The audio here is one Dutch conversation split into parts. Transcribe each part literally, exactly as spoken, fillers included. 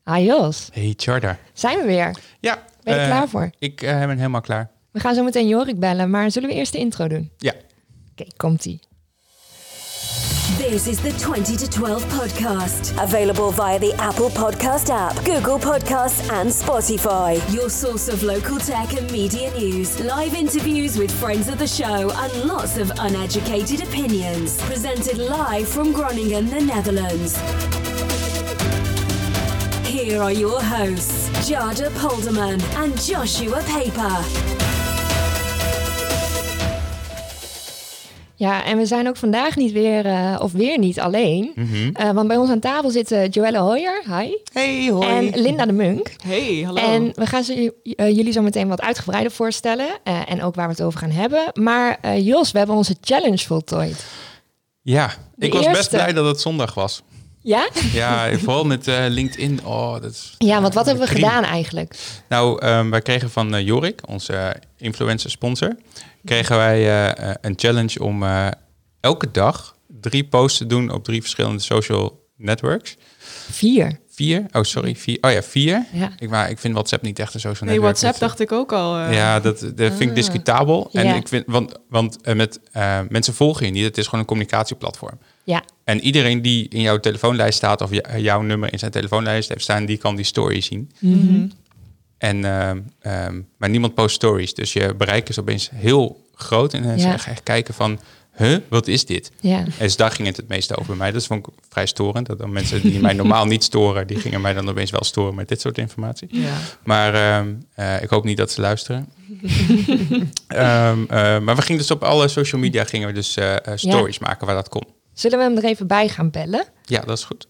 Hi Jos. Hey Tjarda. Zijn we weer? Ja. Ben je er uh, klaar voor? Ik uh, ben helemaal klaar. We gaan zo meteen Jorik bellen, maar zullen we eerst de intro doen? Ja. Oké, okay, komt-ie. This is the twenty to twelve podcast. Available via the Apple Podcast app, Google Podcasts and Spotify. Your source of local tech and media news. Live interviews with friends of the show and lots of uneducated opinions. Presented live from Groningen, the Netherlands. Here are your hosts, Tjarda Polderman and Joshua Paper. Ja, en we zijn ook vandaag niet weer, uh, of weer niet alleen. Mm-hmm. Uh, want bij ons aan tafel zitten Joelle Hooyer, hi. Hey, hoi. En Linda de Munk. Hey, hallo. En we gaan ze, uh, jullie zo meteen wat uitgebreider voorstellen. Uh, en ook waar we het over gaan hebben. Maar uh, Jos, we hebben onze challenge voltooid. Ja, de ik was eerste. best blij dat het zondag was. Ja? Ja, vooral met uh, LinkedIn. Oh, dat is, ja, want wat hebben we prima. gedaan eigenlijk? Nou, um, wij kregen van uh, Jorik, onze uh, influencer sponsor, kregen wij uh, uh, een challenge om uh, elke dag drie posts te doen op drie verschillende social networks. Vier. Vier? Oh, sorry. Vier. Oh ja, vier. Ja. Ik, maar ik vind WhatsApp niet echt een social nee, network. WhatsApp met, dacht ik ook al. Uh... Ja, dat, dat vind ik ah. discutabel. En ja. ik vind, want, want uh, met uh, mensen volgen je niet. Het is gewoon een communicatieplatform. Ja. En iedereen die in jouw telefoonlijst staat of j- jouw nummer in zijn telefoonlijst heeft staan, die kan die story zien. Mm-hmm. En, uh, um, maar niemand post stories. Dus je bereik is opeens heel groot. En mensen ja. gaan echt kijken van, huh, wat is dit? Ja. En dus daar ging het het meeste over bij mij. Dat vond ik vrij storend. Dat dan mensen die mij normaal niet storen, die gingen mij dan opeens wel storen met dit soort informatie. Ja. Maar uh, uh, ik hoop niet dat ze luisteren. um, uh, maar we gingen dus op alle social media gingen we dus uh, uh, stories ja. maken waar dat kon. Zullen we hem er even bij gaan bellen? Ja, dat is goed.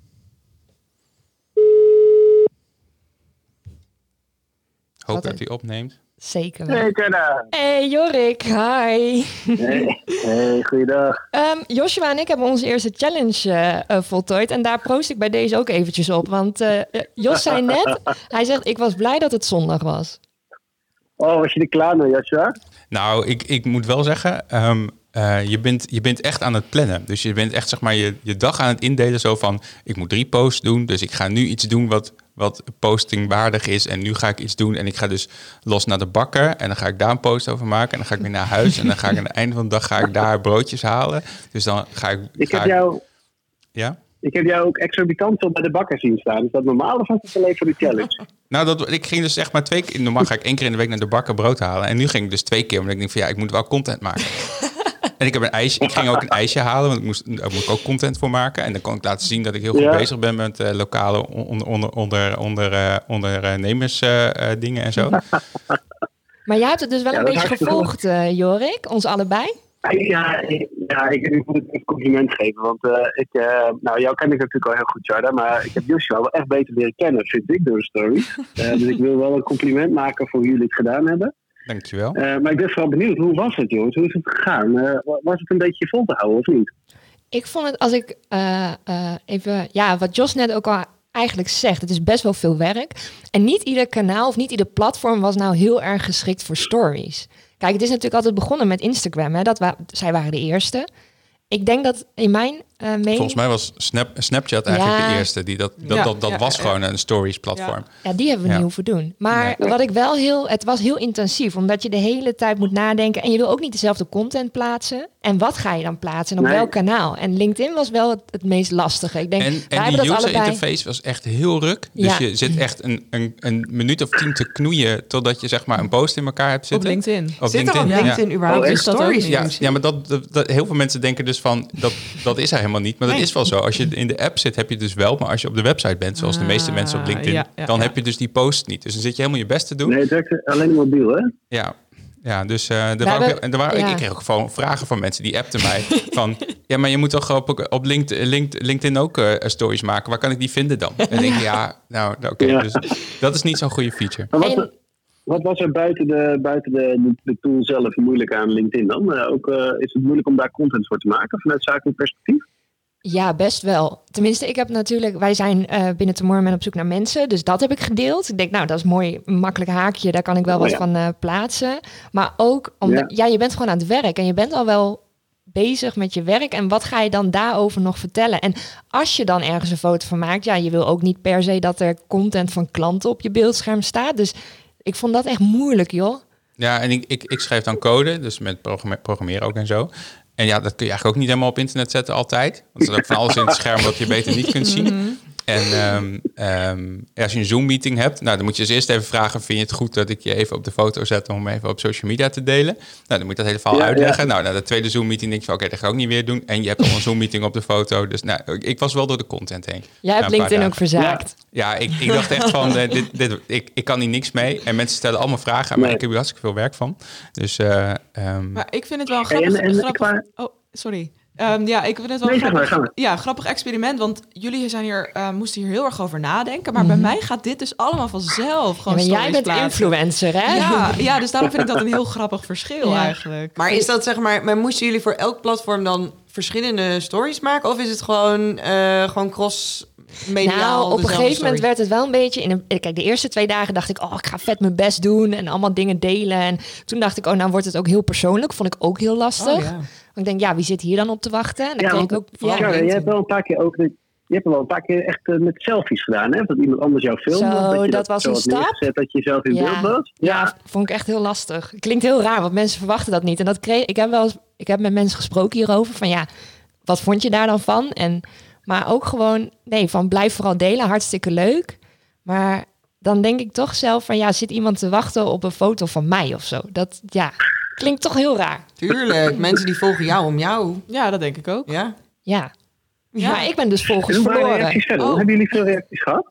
Hoop Wat dat hij opneemt. Zeker wel. Hey, Tjarda. Hey, Jorik. Hi. Hey, hey goeiedag. Um, Joshua en ik hebben onze eerste challenge uh, uh, voltooid. En daar proost ik bij deze ook eventjes op. Want uh, Jos zei net, hij zegt, ik was blij dat het zondag was. Oh, was je er klaar mee, Joshua? Nou, ik, ik moet wel zeggen, um, uh, je, bent, je bent echt aan het plannen. Dus je bent echt zeg maar je, je dag aan het indelen. Zo van, ik moet drie posts doen. Dus ik ga nu iets doen wat... wat postingwaardig is en nu ga ik iets doen en ik ga dus los naar de bakker en dan ga ik daar een post over maken en dan ga ik weer naar huis en dan ga ik aan het einde van de dag ga ik daar broodjes halen. Dus dan ga ik... Ik ga heb jou... Ja? Ik heb jou ook exorbitant veel bij de bakker zien staan. Is dat normaal of was het alleen voor de challenge? Nou, dat, ik ging dus echt maar twee keer... Normaal ga ik één keer in de week naar de bakker brood halen en nu ging ik dus twee keer, omdat ik denk van ja, ik moet wel content maken. En ik heb een ijsje. Ik ging ook een ijsje halen, want ik moest, daar moet ik ook content voor maken. En dan kon ik laten zien dat ik heel goed ja. bezig ben met uh, lokale onder, onder, onder, onder, uh, ondernemers uh, uh, dingen en zo. Maar jij hebt het dus wel ja, een beetje gevolgd, uh, Jorik, ons allebei. Ja, ik, ja, ik moet het een compliment geven. Want uh, ik, uh, nou, jou ken ik natuurlijk al heel goed, Tjarda. Maar ik heb Joshua wel echt beter leren kennen, vind ik, door de stories. Uh, dus ik wil wel een compliment maken voor hoe jullie het gedaan hebben. Dankjewel. Uh, maar ik ben vooral benieuwd, hoe was het, jongens? Hoe is het gegaan? Uh, was het een beetje vol te houden of niet? Ik vond het, als ik uh, uh, even... Ja, wat Jos net ook al eigenlijk zegt, het is best wel veel werk. En niet ieder kanaal of niet ieder platform was nou heel erg geschikt voor stories. Kijk, het is natuurlijk altijd begonnen met Instagram. Hè? Dat wa- zij waren de eerste. Ik denk dat in mijn uh, mening... Volgens mij was Snap, Snapchat eigenlijk ja. de eerste. Die dat dat, ja, dat, dat ja, was ja, gewoon ja. een stories platform. Ja, ja die hebben we ja. niet hoeven doen. Maar ja. wat ik wel heel... Het was heel intensief. Omdat je de hele tijd moet nadenken. En je wil ook niet dezelfde content plaatsen. En wat ga je dan plaatsen? En op nee. welk kanaal? En LinkedIn was wel het, het meest lastige. Ik denk, en en die user allebei... interface was echt heel ruk. Dus ja. je zit echt een, een, een minuut of tien te knoeien... totdat je zeg maar een post in elkaar hebt zitten. Op LinkedIn. Op zit LinkedIn. er op LinkedIn ja. überhaupt oh, in stories? Ja, ja, maar dat, dat, dat, heel veel mensen denken dus van... dat, dat is er helemaal niet. Maar dat nee. is wel zo. Als je in de app zit, heb je dus wel. Maar als je op de website bent, zoals ah, de meeste mensen op LinkedIn... Ja, ja, dan ja. heb je dus die post niet. Dus dan zit je helemaal je best te doen. Nee, het werkt alleen mobiel, hè? Ja. Ja, dus uh, er waren ook, er waren, ja. ik, ik kreeg ook gewoon vragen van mensen die appten mij van... ja, maar je moet toch op, op LinkedIn, LinkedIn ook uh, stories maken. Waar kan ik die vinden dan? En dan denk ik, ja, nou, oké. Okay, ja. Dus dat is niet zo'n goede feature. Maar wat, er, wat was er buiten, de, buiten de, de tool zelf moeilijk aan LinkedIn dan? Uh, ook, uh, is het moeilijk om daar content voor te maken vanuit zakelijk perspectief? Ja, best wel. Tenminste, ik heb natuurlijk... Wij zijn uh, binnen Tomorrowman op zoek naar mensen. Dus dat heb ik gedeeld. Ik denk, nou, dat is mooi, een makkelijk haakje. Daar kan ik wel oh, wat ja. van uh, plaatsen. Maar ook, omdat, ja. ja, je bent gewoon aan het werk. En je bent al wel bezig met je werk en wat ga je dan daarover nog vertellen? En als je dan ergens een foto van maakt, ja, je wil ook niet per se dat er content van klanten op je beeldscherm staat. Dus ik vond dat echt moeilijk, joh. Ja, en ik, ik, ik schreef dan code, dus met programme- programmeren ook en zo. En ja, dat kun je eigenlijk ook niet helemaal op internet zetten altijd. Want er is ook van alles in het scherm wat je beter niet kunt zien. En um, um, als je een Zoom-meeting hebt, nou, dan moet je dus eerst even vragen, vind je het goed dat ik je even op de foto zet om hem even op social media te delen? Nou, dan moet je dat hele verhaal Ja, uitleggen. ja. Nou, na de tweede Zoom-meeting denk je van, oké, okay, dat ga ik ook niet weer doen. En je hebt al een Zoom-meeting op de foto. Dus nou, ik was wel door de content heen. Jij hebt Na een paar LinkedIn ook dagen. verzaakt. Ja, ik, ik dacht echt van, uh, dit, dit, ik, ik kan hier niks mee. En mensen stellen allemaal vragen, maar Nee. ik heb er hartstikke veel werk van. Dus, uh, um, Maar ik vind het wel een Hey, grappig... en- en grappig qua- Oh, sorry. Um, ja, ik vind het wel Nee, een zeg maar, grappig, ga maar. ja, grappig experiment. Want jullie zijn hier, uh, moesten hier heel erg over nadenken. Maar Mhm. bij mij gaat dit dus allemaal vanzelf. Ja, Gewoon maar jij stories bent plaatsen. influencer, hè? Ja, ja, dus daarom vind ik dat een heel grappig verschil Ja. eigenlijk. Maar is dat zeg maar, maar moesten jullie voor elk platform dan verschillende stories maken? Of is het gewoon, uh, gewoon cross-mediaal? Nou, op een dezelfde gegeven moment story? werd het wel een beetje... In een, kijk, de eerste twee dagen dacht ik... oh, ik ga vet mijn best doen en allemaal dingen delen. En toen dacht ik, oh, nou wordt het ook heel persoonlijk. Vond ik ook heel lastig. Oh, ja. Want ik denk, ja, wie zit hier dan op te wachten? En dan Ja, kreeg want ik ook... vooral Ja, Ja, je hebt wel een paar keer ook... Je hebt wel een paar keer echt uh, met selfies gedaan, hè? Dat iemand anders jou filmde. Zo, dat je dat was zo een had stap. neergezet, dat je zelf in Ja. beeld was. ja, vond ik echt heel lastig. Klinkt heel raar, want mensen verwachten dat niet. En dat kreeg ik heb wel eens, ik heb met mensen gesproken hierover van ja, wat vond je daar dan van? En maar ook gewoon nee, van blijf vooral delen, hartstikke leuk. Maar dan denk ik toch zelf van ja, zit iemand te wachten op een foto van mij of zo? Dat ja, klinkt toch heel raar. Tuurlijk, mensen die volgen jou om jou. Ja, dat denk ik ook. Ja. Ja. Ja. Maar ik ben dus volgens En hoe waren de verloren. reacties verder? Oh. Hebben jullie veel reacties gehad?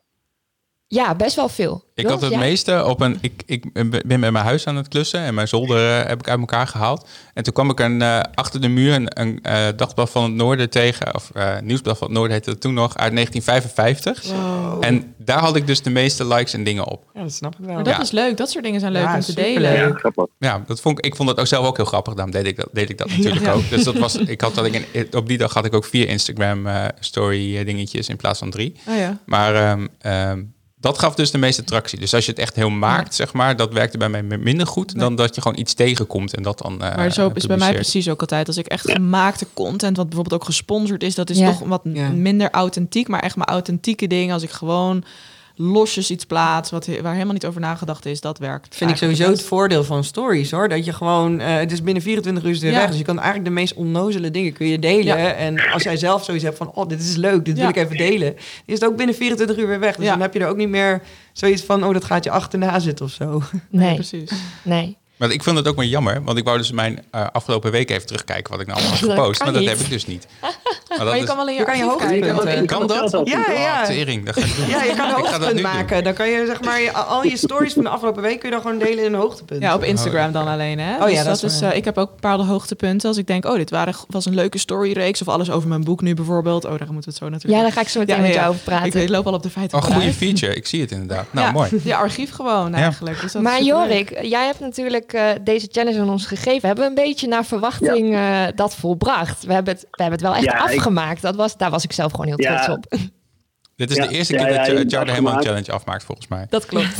Ja, best wel veel. Ik Jos, had het jij? meeste op een... Ik, ik ben met mijn huis aan het klussen en mijn zolder uh, heb ik uit elkaar gehaald. En toen kwam ik een, uh, achter de muur een, een uh, Dagblad van het Noorden tegen. Of uh, Nieuwsblad van het Noorden heette het toen nog, uit negentien vijfenvijftig. Wow. En daar had ik dus de meeste likes en dingen op. Ja, dat snap ik wel. Maar dat Ja. is leuk. Dat soort dingen zijn leuk Ja, om te superleuk. delen. Ja, grappig. Ja, dat vond ik, ik vond dat ook zelf ook heel grappig. Daarom deed ik dat, deed ik dat natuurlijk Ja. ook. Dus dat was, ik had dat ik een, op die dag had ik ook vier Instagram uh, story uh, dingetjes in plaats van drie. Oh ja. Maar um, um, dat gaf dus de meeste attractie. Dus als je het echt heel maakt, zeg maar, dat werkte bij mij minder goed dan dat je gewoon iets tegenkomt en dat dan. Uh, Maar zo is bij mij publiceert. precies ook altijd. Als ik echt gemaakte content, wat bijvoorbeeld ook gesponsord is, dat is Ja. toch wat Ja. minder authentiek. Maar echt mijn authentieke dingen, als ik gewoon losjes iets plaats, wat, waar helemaal niet over nagedacht is, dat werkt. Vind ik eigenlijk sowieso het best. voordeel van stories, hoor. Dat je gewoon, uh, het is binnen vierentwintig uur is het weer Ja. weg. Dus je kan eigenlijk de meest onnozele dingen kun je delen. Ja. En als jij zelf zoiets hebt van, oh, dit is leuk, dit Ja. wil ik even delen. Is het ook binnen vierentwintig uur weer weg. Dus Ja. dan heb je er ook niet meer zoiets van, oh, dat gaat je achterna zitten of zo. Nee, Precies. nee. Maar ik vind het ook maar jammer, want ik wou dus mijn uh, afgelopen week even terugkijken wat ik nou allemaal heb Dat gepost. kan maar dat niet. heb ik dus niet. Maar, dat Maar je is- kan wel in je Je kan je archief kijken. hoogtepunten. Kan dat? Ja, ja, ja. Oh, tering, dat ga ik doen. Ja, je kan een Ik ga dat hoogtepunt nu doen. maken. Dan kan je, zeg maar, je, al je stories van de afgelopen week kun je dan gewoon delen in een hoogtepunt. Ja, op Instagram dan alleen, hè? Oh ja, Dus dat dat is is, waar. uh, ik heb ook bepaalde hoogtepunten. Als ik denk, oh, dit waren, was een leuke storyreeks. Of alles over mijn boek nu bijvoorbeeld. Oh, daar moeten we het zo natuurlijk... Ja, daar ga ik zo meteen Ja, met ja, jou ja. over praten. Ik, ik loop al op de feiten Oh, goede vooruit. feature. Ik zie het inderdaad. Nou, ja, mooi. je archief gewoon eigenlijk. Dus dat Maar is superleuk. Jorik, jij hebt natuurlijk uh, deze challenge aan ons gegeven. We hebben een beetje naar verwachting uh, dat volbracht. We hebben het, we hebben het wel echt Ja, ik- afgemaakt. Dat was, daar was ik zelf gewoon heel Ja. trots op. Dit is Ja, de eerste ja, keer ja, dat je uh, hebt Jarda helemaal een afgemaakt. challenge afmaakt, volgens mij. Dat klopt.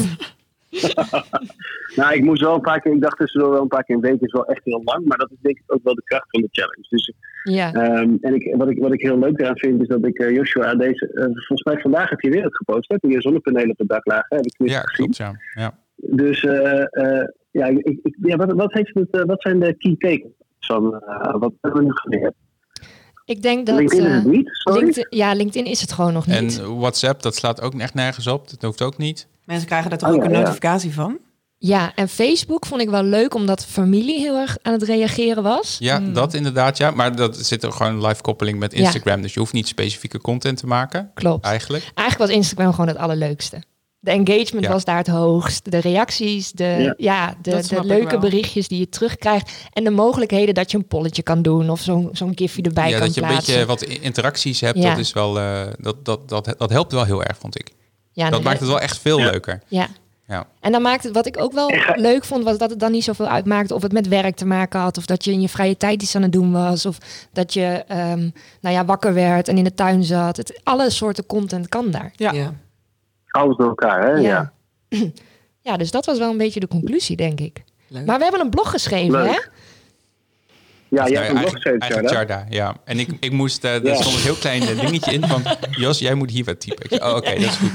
Nou, ik moest wel een paar keer... Ik dacht tussendoor wel een paar keer een week is wel echt heel lang. Maar dat is denk ik ook wel de kracht van de challenge. Dus, Ja. um, en ik, wat, ik, wat ik heel leuk eraan vind is dat ik uh, Joshua deze... Uh, volgens mij vandaag heb je weer het gepost. Hè, toen je zonnepanelen op het dak lagen. Heb ik tenminste Ja, gezien. klopt, ja. ja. Dus uh, uh, ja, ik, ik, ja wat, wat, heeft het, uh, wat zijn de key takes van uh, wat hebben we nu geleerd? Ik denk dat... LinkedIn is uh, het niet, sorry. LinkedIn, ja, LinkedIn is het gewoon nog niet. En WhatsApp, dat slaat ook echt nergens op. Dat hoeft ook niet. Mensen krijgen daar toch Oh, ook ja, een ja. notificatie van? Ja, en Facebook vond ik wel leuk, omdat familie heel erg aan het reageren was. Ja, Hmm. dat inderdaad, ja. Maar dat zit er gewoon een live koppeling met Ja. Instagram. Dus je hoeft niet specifieke content te maken, Klopt. eigenlijk. Eigenlijk was Instagram gewoon het allerleukste. De engagement Ja. was daar het hoogst. De reacties, de, ja. Ja. de, Dat de snap ik leuke wel. berichtjes die je terugkrijgt. En de mogelijkheden dat je een polletje kan doen of zo'n zo'n gifje erbij Ja, kan dat je een plaatsen. beetje wat interacties hebt, Ja. dat is wel, uh, dat, dat, dat, dat helpt wel heel erg, vond ik. Ja, dat nee, maakt het wel echt veel Ja. leuker. Ja. Ja. En dan maakte het, wat ik ook wel En ga- leuk vond, was dat het dan niet zoveel uitmaakte of het met werk te maken had. Of dat je in je vrije tijd iets aan het doen was. Of dat je um, nou ja, wakker werd en in de tuin zat. Het, alle soorten content kan daar. Ja. Ja. Alles door elkaar, hè? Ja. Ja. Ja, dus dat was wel een beetje de conclusie, denk ik. Leuk. Maar we hebben een blog geschreven, Leuk. hè? Ja, Of jij nou, hebt een blog eigenlijk, geschreven, eigenlijk Charda. Charda, ja. En ik, ik moest, uh, er Ja. stond een heel klein uh, dingetje in van... Jos, jij moet hier wat typen. Ik zei, oh, oké, okay, dat is goed.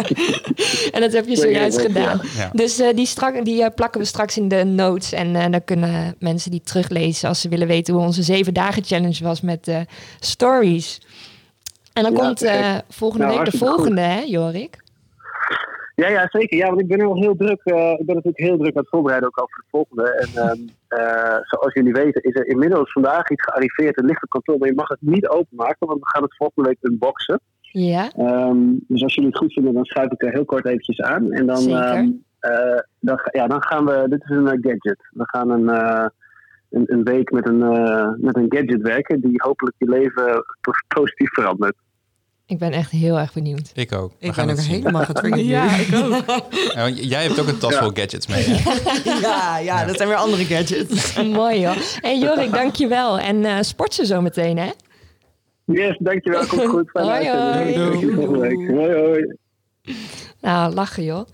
En dat heb je zojuist Ja. gedaan. Ja. Dus uh, die, strak, die uh, plakken we straks in de notes. En uh, dan kunnen mensen die teruglezen als ze willen weten hoe onze zeven dagen challenge was met uh, stories. En dan Ja, komt uh, perfect. volgende Nou, week de hartstikke volgende, hè, Jorik? Ja, ja, zeker. Ja, want ik ben heel, heel druk. Uh, ik ben natuurlijk heel druk aan het voorbereiden ook al voor de volgende. En um, uh, zoals jullie weten is er inmiddels vandaag iets gearriveerd. Het ligt op kantoor, maar je mag het niet openmaken, want we gaan het volgende week unboxen. Ja. Um, dus als jullie het goed vinden, dan schuif ik er heel kort eventjes aan. En dan, Zeker. um, uh, dan, ja, dan gaan we... Dit is een uh, gadget. We gaan een, uh, een, een week met een, uh, met een gadget werken die hopelijk je leven positief verandert. Ik ben echt heel erg benieuwd. Ik ook. We Ik gaan ben het ook zien. helemaal getriggerd. Ja, ik ook. Ja, want j- jij hebt ook een tas Ja. vol gadgets mee, hè? Ja, ja, dat zijn weer andere gadgets. Mooi, joh. Hey Jorik, dankjewel. En uh, sport ze zo meteen, hè? Yes, dankjewel. Komt goed. Fijne Hoi, uitzending. hoi. Tot je volgende week. Hoi, hoi. Nou, lachen, joh.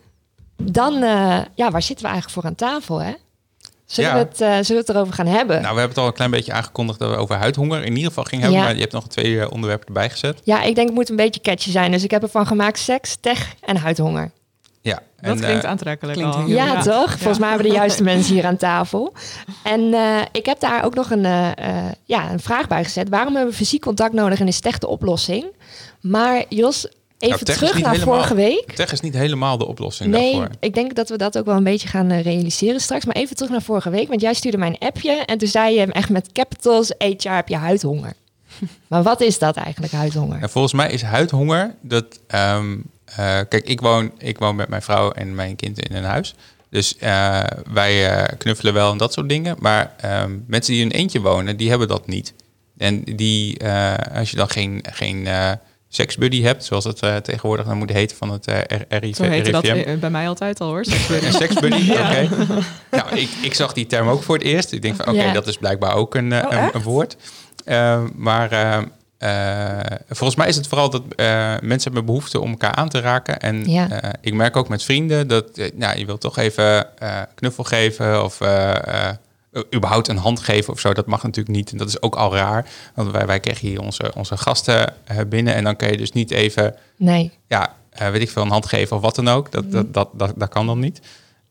Dan, uh, ja, waar zitten we eigenlijk voor aan tafel, hè? Zullen, Ja. we, het, uh, zullen we het erover gaan hebben? Nou, we hebben het al een klein beetje aangekondigd dat we over huidhonger in ieder geval gingen hebben. Ja. Maar je hebt nog twee uh, onderwerpen erbij gezet. Ja, ik denk het moet een beetje catchy zijn. Dus ik heb ervan gemaakt seks, tech en huidhonger. Ja. Dat en, klinkt uh, aantrekkelijk klinkt al. heel- Ja, Ja. toch? Volgens mij hebben we de juiste mensen hier aan tafel. En uh, ik heb daar ook nog een, uh, uh, ja, een vraag bij gezet. Waarom hebben we fysiek contact nodig en is tech de oplossing? Maar Jos, even Nou, tech is terug niet naar helemaal- vorige week. tech is niet helemaal de oplossing Nee, daarvoor. ik denk dat we dat ook wel een beetje gaan uh, realiseren straks. Maar even terug naar vorige week, want jij stuurde mij een appje en toen zei je echt met capitals, H R heb je huidhonger. Maar wat is dat eigenlijk, huidhonger? En volgens mij is huidhonger dat... Um, uh, kijk, ik woon, ik woon met mijn vrouw en mijn kind in een huis. Dus uh, wij uh, knuffelen wel en dat soort dingen. Maar um, mensen die in een eentje wonen, die hebben dat niet. En die, uh, als je dan geen... geen uh, seksbuddy hebt, zoals het uh, tegenwoordig dan moet heten van het uh, R I V M. Zo heette dat uh, bij mij altijd al, hoor. Een seksbuddy, oké. Okay. Nou, ik, ik zag die term ook voor het eerst. Ik denk van, oké, okay, Ja. dat is blijkbaar ook een, uh, Oh, een, een woord. Uh, maar uh, uh, volgens mij is het vooral dat uh, mensen hebben behoefte om elkaar aan te raken. En Ja. uh, ik merk ook met vrienden dat uh, nou, je wilt toch even uh, knuffel geven of... Uh, uh, überhaupt een hand geven of zo, dat mag natuurlijk niet. En dat is ook al raar, want wij, wij kregen hier onze, onze gasten uh, binnen... en dan kan je dus niet even, Nee. ja, uh, weet ik veel, een hand geven of wat dan ook. Dat, Mm. dat, dat, dat, dat kan dan niet.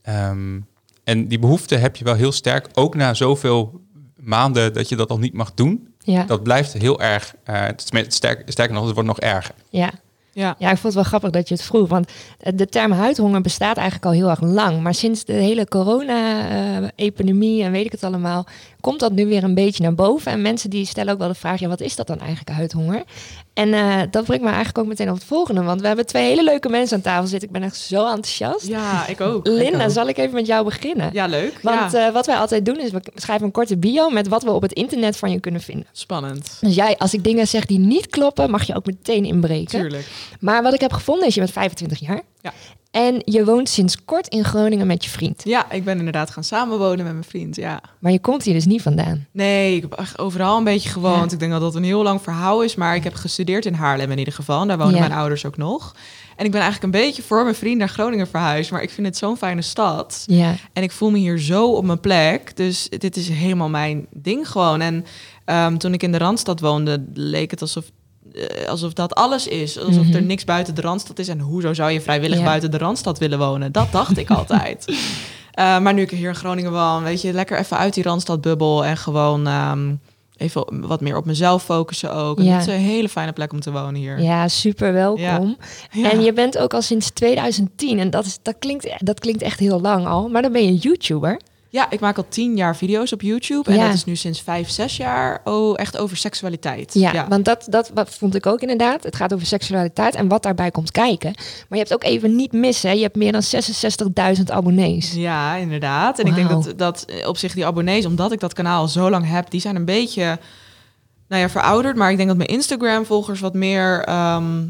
Um, en die behoefte heb je wel heel sterk, ook na zoveel maanden dat je dat al niet mag doen. Ja. Dat blijft heel erg, uh, sterk, sterker nog, het wordt nog erger. Ja. Ja. Ja, ik vond het wel grappig dat je het vroeg. Want de term huidhonger bestaat eigenlijk al heel erg lang. Maar sinds de hele corona-epidemie en weet ik het allemaal... komt dat nu weer een beetje naar boven. En mensen die stellen ook wel de vraag... ja, wat is dat dan eigenlijk, huidhonger? En uh, dat brengt me eigenlijk ook meteen op het volgende. Want we hebben twee hele leuke mensen aan tafel zitten. Ik ben echt zo enthousiast. Ja, ik ook. Linda, Ik ook. zal ik even met jou beginnen? Ja, leuk. Want ja. uh, wat wij altijd doen is... we schrijven een korte bio met wat we op het internet van je kunnen vinden. Spannend. Dus jij, als ik dingen zeg die niet kloppen... mag je ook meteen inbreken. Tuurlijk. Maar wat ik heb gevonden is, je bent vijfentwintig jaar. Ja. En je woont sinds kort in Groningen met je vriend. Ja, ik ben inderdaad gaan samenwonen met mijn vriend, ja. Maar je komt hier dus niet vandaan. Nee, ik heb echt overal een beetje gewoond. Ja. Ik denk dat dat een heel lang verhaal is, maar ik heb gestudeerd in Haarlem in ieder geval. En daar wonen Ja. mijn ouders ook nog. En ik ben eigenlijk een beetje voor mijn vriend naar Groningen verhuisd. Maar ik vind het zo'n fijne stad. Ja. En ik voel me hier zo op mijn plek. Dus dit is helemaal mijn ding gewoon. En um, toen ik in de Randstad woonde, leek het alsof... Uh, alsof dat alles is. Alsof Mm-hmm. er niks buiten de Randstad is. En hoezo zou je vrijwillig Ja. buiten de Randstad willen wonen? Dat dacht ik altijd. Uh, maar nu ik hier in Groningen woon, weet je, lekker even uit die Randstadbubbel en gewoon um, even wat meer op mezelf focussen ook. En Ja. het is een hele fijne plek om te wonen hier. Ja, super welkom. Ja. En je bent ook al sinds twintig tien. En dat, is, dat, klinkt, dat klinkt echt heel lang al. Maar dan ben je YouTuber. Ja, ik maak al tien jaar video's op YouTube. En Ja. dat is nu sinds vijf, zes jaar oh, echt over seksualiteit. Ja, want dat, dat wat vond ik ook inderdaad. Het gaat over seksualiteit en wat daarbij komt kijken. Maar je hebt ook even niet mis, hè. Je hebt meer dan zesenzestigduizend abonnees. Ja, inderdaad. En ik denk Wauw. dat, dat op zich die abonnees, omdat ik dat kanaal zo lang heb, die zijn een beetje, nou ja, verouderd. Maar ik denk dat mijn Instagram-volgers wat meer, um,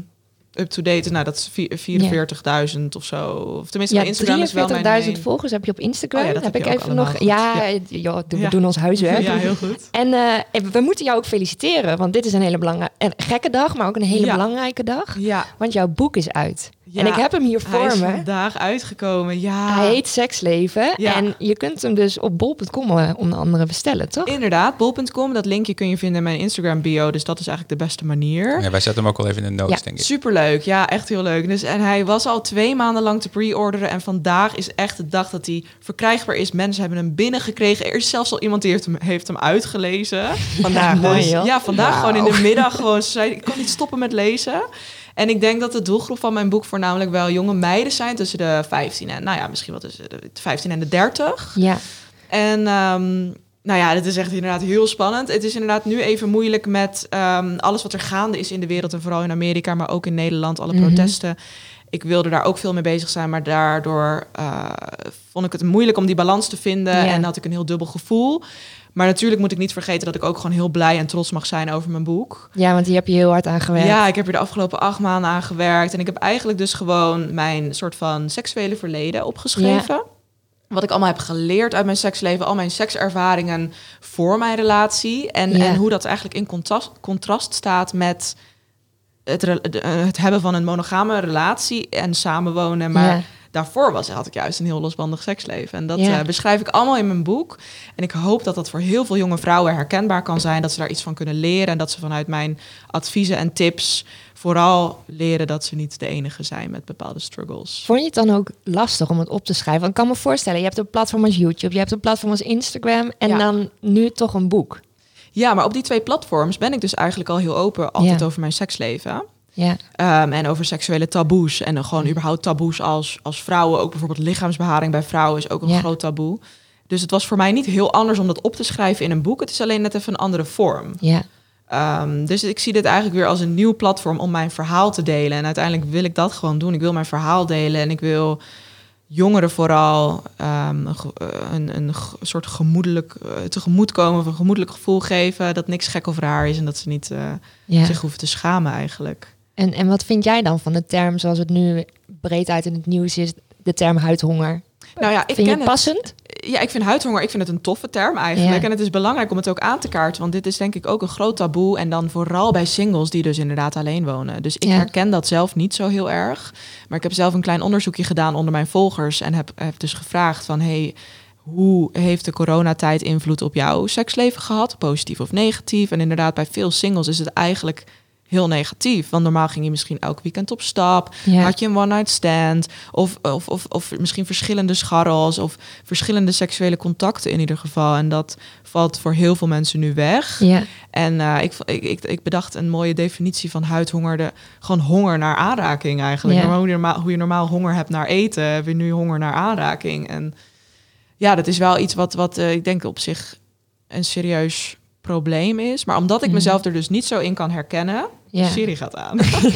up-to-date. Nou, dat is vierenveertigduizend of zo. Of tenminste, Ja, mijn Instagram is wel mijn drieënveertigduizend main. volgers heb je op Instagram. Oh ja, dat heb heb ik je ook even nog. allemaal Ja, goed. joh, we Ja. doen ons huiswerk. Ja, heel goed. En uh, we moeten jou ook feliciteren, want dit is een hele belangrijke, een gekke dag, maar ook een hele Ja. belangrijke dag. Ja. Want jouw boek is uit. Ja, en ik heb hem hier Hij voor is me. vandaag uitgekomen, ja. Hij heet Seksleven. Ja. En je kunt hem dus op bol punt com uh, onder andere bestellen, toch? Inderdaad, bol punt com. Dat linkje kun je vinden in mijn Instagram bio. Dus dat is eigenlijk de beste manier. Ja, wij zetten hem ook al even in de notes, Ja. denk ik. Superleuk, ja, echt heel leuk. Dus, en hij was al twee maanden lang te pre-orderen. En vandaag is echt de dag dat hij verkrijgbaar is. Mensen hebben hem binnengekregen. Er is zelfs al iemand die heeft hem, heeft hem uitgelezen. Vandaag, mooi, dus- joh. Ja, vandaag Wauw. gewoon in de middag. Gewoon, ze zei, ik kan niet stoppen met lezen. En ik denk dat de doelgroep van mijn boek voornamelijk wel jonge meiden zijn. Tussen de vijftien en, nou ja, misschien wel tussen de vijftien en de dertig. Ja. En um, nou ja, dit is echt inderdaad heel spannend. Het is inderdaad nu even moeilijk met um, alles wat er gaande is in de wereld. En vooral in Amerika, maar ook in Nederland. Alle Mhm. protesten. Ik wilde daar ook veel mee bezig zijn. Maar daardoor uh, vond ik het moeilijk om die balans te vinden. Ja. En had ik een heel dubbel gevoel. Maar natuurlijk moet ik niet vergeten dat ik ook gewoon heel blij en trots mag zijn over mijn boek. ja, want hier heb je heel hard aan gewerkt. Ja, ik heb er de afgelopen acht maanden aan gewerkt. En ik heb eigenlijk dus gewoon mijn soort van seksuele verleden opgeschreven. Wat ik allemaal heb geleerd uit mijn seksleven. Al mijn sekservaringen voor mijn relatie. En, Ja. en hoe dat eigenlijk in contrast, contrast staat met het, re- de- eh, het hebben van een monogame relatie en samenwonen. Maar Ja. daarvoor was, had ik juist een heel losbandig seksleven. En dat Ja. eh, beschrijf ik allemaal in mijn boek. En ik hoop dat dat voor heel veel jonge vrouwen herkenbaar kan zijn. Dat ze daar iets van kunnen leren. En dat ze vanuit mijn adviezen en tips vooral leren dat ze niet de enige zijn met bepaalde struggles. Vond je het dan ook lastig om het op te schrijven? Want ik kan me voorstellen, je hebt een platform als YouTube, je hebt een platform als Instagram en Ja. dan nu toch een boek. Ja, maar op die twee platforms ben ik dus eigenlijk al heel open altijd Ja. over mijn seksleven. Ja, Um, en over seksuele taboes. En dan gewoon überhaupt taboes als, als vrouwen. Ook bijvoorbeeld lichaamsbeharing bij vrouwen is ook een Ja. groot taboe. Dus het was voor mij niet heel anders om dat op te schrijven in een boek. Het is alleen net even een andere vorm. ja, Um, dus ik zie dit eigenlijk weer als een nieuw platform om mijn verhaal te delen. En uiteindelijk wil ik dat gewoon doen. Ik wil mijn verhaal delen en ik wil jongeren vooral um, een, ge- een, een ge- soort gemoedelijk uh, tegemoetkomen of een gemoedelijk gevoel geven. Dat niks gek of raar is en dat ze niet uh, ja. zich hoeven te schamen eigenlijk. En, en wat vind jij dan van de term zoals het nu breed uit in het nieuws is, de term huidhonger? Nou ja, ik vind je ken het het. passend? Ja, ik vind huidhonger, ik vind het een toffe term eigenlijk. Ja. En het is belangrijk om het ook aan te kaarten. Want dit is denk ik ook een groot taboe. En dan vooral bij singles die dus inderdaad alleen wonen. Dus ik Ja. herken dat zelf niet zo heel erg. Maar ik heb zelf een klein onderzoekje gedaan onder mijn volgers. En heb, heb dus gevraagd van... Hey, hoe heeft de coronatijd invloed op jouw seksleven gehad? Positief of negatief? En inderdaad, bij veel singles is het eigenlijk heel negatief. Want normaal ging je misschien elk weekend op stap. Ja. Had je een one-night stand. Of, of, of, of misschien verschillende scharrels. Of verschillende seksuele contacten in ieder geval. En dat valt voor heel veel mensen nu weg. Ja, En uh, ik, ik, ik, ik bedacht een mooie definitie van huidhonger. De, gewoon honger naar aanraking eigenlijk. Ja. Normaal, hoe, je normaal, hoe je normaal honger hebt naar eten, heb je nu honger naar aanraking. En ja, dat is wel iets wat, wat uh, ik denk op zich een serieus probleem is. Maar omdat ik Mhm. mezelf er dus niet zo in kan herkennen... Ja. Siri gaat aan.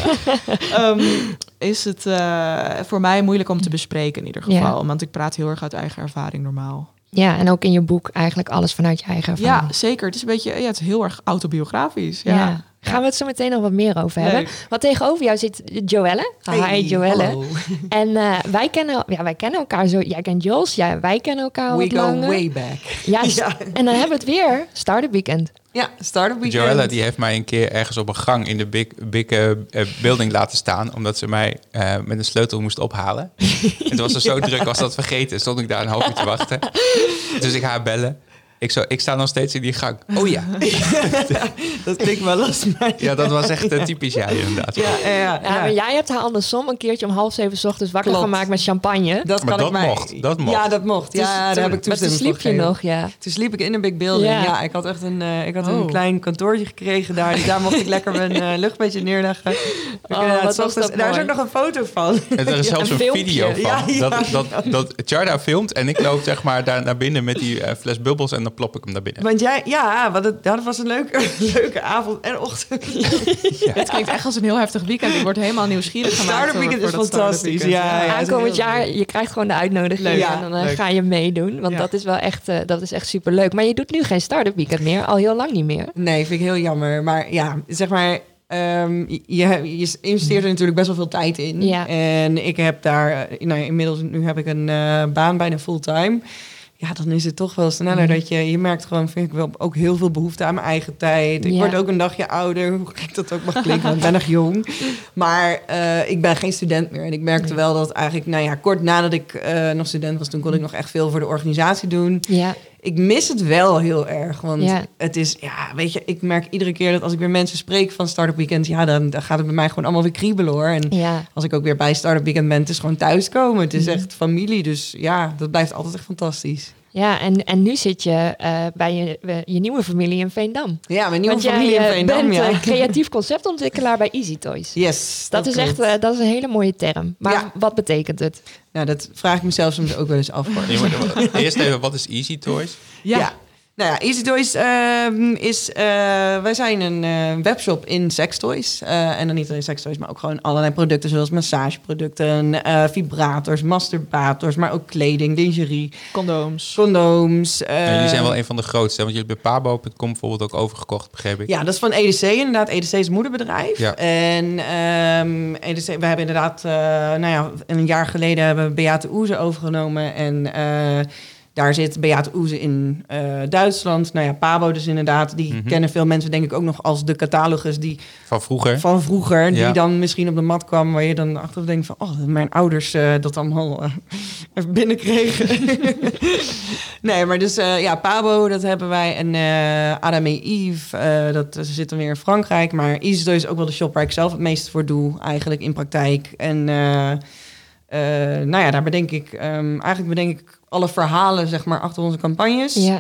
um, is het uh, voor mij moeilijk om te bespreken in ieder geval. Ja. Want ik praat heel erg uit eigen ervaring normaal. ja, en ook in je boek eigenlijk alles vanuit je eigen ervaring. Ja, zeker. Het is een beetje, ja, het is heel erg autobiografisch. Ja. Ja. Gaan we het zo meteen nog wat meer over hebben. Leuk. Want tegenover jou zit Joelle. Hi, Hey, Joelle. hallo. En uh, wij, kennen, ja, wij kennen elkaar zo. Jij kent Jos, ja, wij kennen elkaar We wat go langer. way back. Ja, Ja. En dan hebben we het weer. Start-up weekend. Ja, Startup Weekend. Joella die heeft mij een keer ergens op een gang in de big, big uh, uh, building laten staan, omdat ze mij uh, met een sleutel moest ophalen. En toen was het zo druk, was dat vergeten. Stond ik daar een half uur te wachten. Dus ik ga bellen. Ik, zo, ik sta nog steeds in die gang. Oh ja. Dat klinkt wel als mij. Ja, dat was echt uh, typisch jij inderdaad. Ja, ja, ja, Ja, ja. maar jij hebt haar andersom een keertje om half zeven 's ochtends wakker Klopt. gemaakt met champagne. Dat Maar kan dat ik mij... mocht, dat mocht. Ja, dat mocht. Ja, Dus daar toen- heb ik maar toen toestemming sliep voor je gegeven. nog, ja. Toen sliep ik in een big building. Ja. Ja, ik had echt een, uh, ik had Oh. een klein kantoortje gekregen daar. Dus daar mocht ik lekker mijn uh, luchtbedje neerleggen. Ik, Oh, inderdaad, wat s was ochtends- dat daar is mooi. ook nog een foto van. En er is zelfs een een, filmpje. video van. Ja, ja, dat, dat, dat Charda filmt en ik loop zeg maar daar naar binnen met die uh, fles bubbels en dan plop ik hem naar binnen. Want jij, ja, want het, dat was een leuke, leuke avond en ochtend. Het klinkt echt als een heel heftig weekend. Ik word helemaal nieuwsgierig gemaakt. Startup voor- Weekend voor is dat Startup fantastisch. Weekend. Ja, ja. Aankomend heel jaar, leuk. je krijgt gewoon de uitnodiging Leuk. en dan uh, Leuk. ga je meedoen. Want Ja. dat is wel echt, uh, dat is echt superleuk. Maar je doet nu geen start-up weekend meer, al heel lang niet meer. Nee, vind ik heel jammer. Maar ja, zeg maar, Um, je, je investeert er natuurlijk best wel veel tijd in. Ja. En ik heb daar, nou ja, inmiddels, nu heb ik een uh, baan bijna fulltime. Ja, dan is het toch wel sneller mm. dat je... Je merkt gewoon, vind ik wel, ook heel veel behoefte aan mijn eigen tijd. Ik ja. word ook een dagje ouder, hoe gek dat ook mag klinken, want ik ben nog jong. Maar uh, ik ben geen student meer. En ik merkte nee. wel dat eigenlijk, nou ja, kort nadat ik uh, nog student was... toen kon ik nog echt veel voor de organisatie doen. Ja. Ik mis het wel heel erg, want ja. het is... Ja, weet je, ik merk iedere keer dat als ik weer mensen spreek van Startup Weekend... ja, dan, dan gaat het bij mij gewoon allemaal weer kriebelen, hoor. En ja. als ik ook weer bij Startup Weekend ben, het is gewoon thuiskomen. Het is echt familie, dus ja, dat blijft altijd echt fantastisch. Ja, en, en nu zit je uh, bij je, je nieuwe familie in Veendam. Ja, mijn nieuwe Want familie jij, in Veendam, bent ja. uh, creatief conceptontwikkelaar bij Easy Toys. Yes, dat, dat is echt uh, dat is een hele mooie term. Maar ja. wat betekent het? Nou, dat vraag ik mezelf soms ook wel eens af. Eerst even, wat is Easy Toys? Ja. ja. Nou ja, Easy Toys uh, is... Uh, wij zijn een uh, webshop in sextoys. Uh, en dan niet alleen sextoys, maar ook gewoon allerlei producten... zoals massageproducten, uh, vibrators, masturbators... maar ook kleding, lingerie. Condooms. Condooms. Uh, ja, jullie zijn wel een van de grootste. Want jullie hebben bij Pabo punt com bijvoorbeeld ook overgekocht, begreep ik. Ja, dat is van E D C inderdaad. E D C is het moederbedrijf. Ja. En um, E D C, we hebben inderdaad... Uh, nou ja, een jaar geleden hebben we Beate Oeze overgenomen... en... Uh, Daar zit Beate Oeze in uh, Duitsland. Nou ja, Pabo dus inderdaad. Die mm-hmm. kennen veel mensen denk ik ook nog als de catalogus die... Van vroeger. Van vroeger. Die ja. dan misschien op de mat kwam. Waar je dan achteraf denkt van... Oh, mijn ouders uh, dat allemaal uh, even binnenkregen. Nee, maar dus uh, ja, Pabo, dat hebben wij. En uh, Adam en Eve, uh, dat zit dan weer in Frankrijk. Maar Easy is ook wel de shop waar ik zelf het meest voor doe. Eigenlijk in praktijk. En... Uh, Uh, nou ja, daar bedenk ik... Um, eigenlijk bedenk ik alle verhalen, zeg maar, achter onze campagnes. Ja.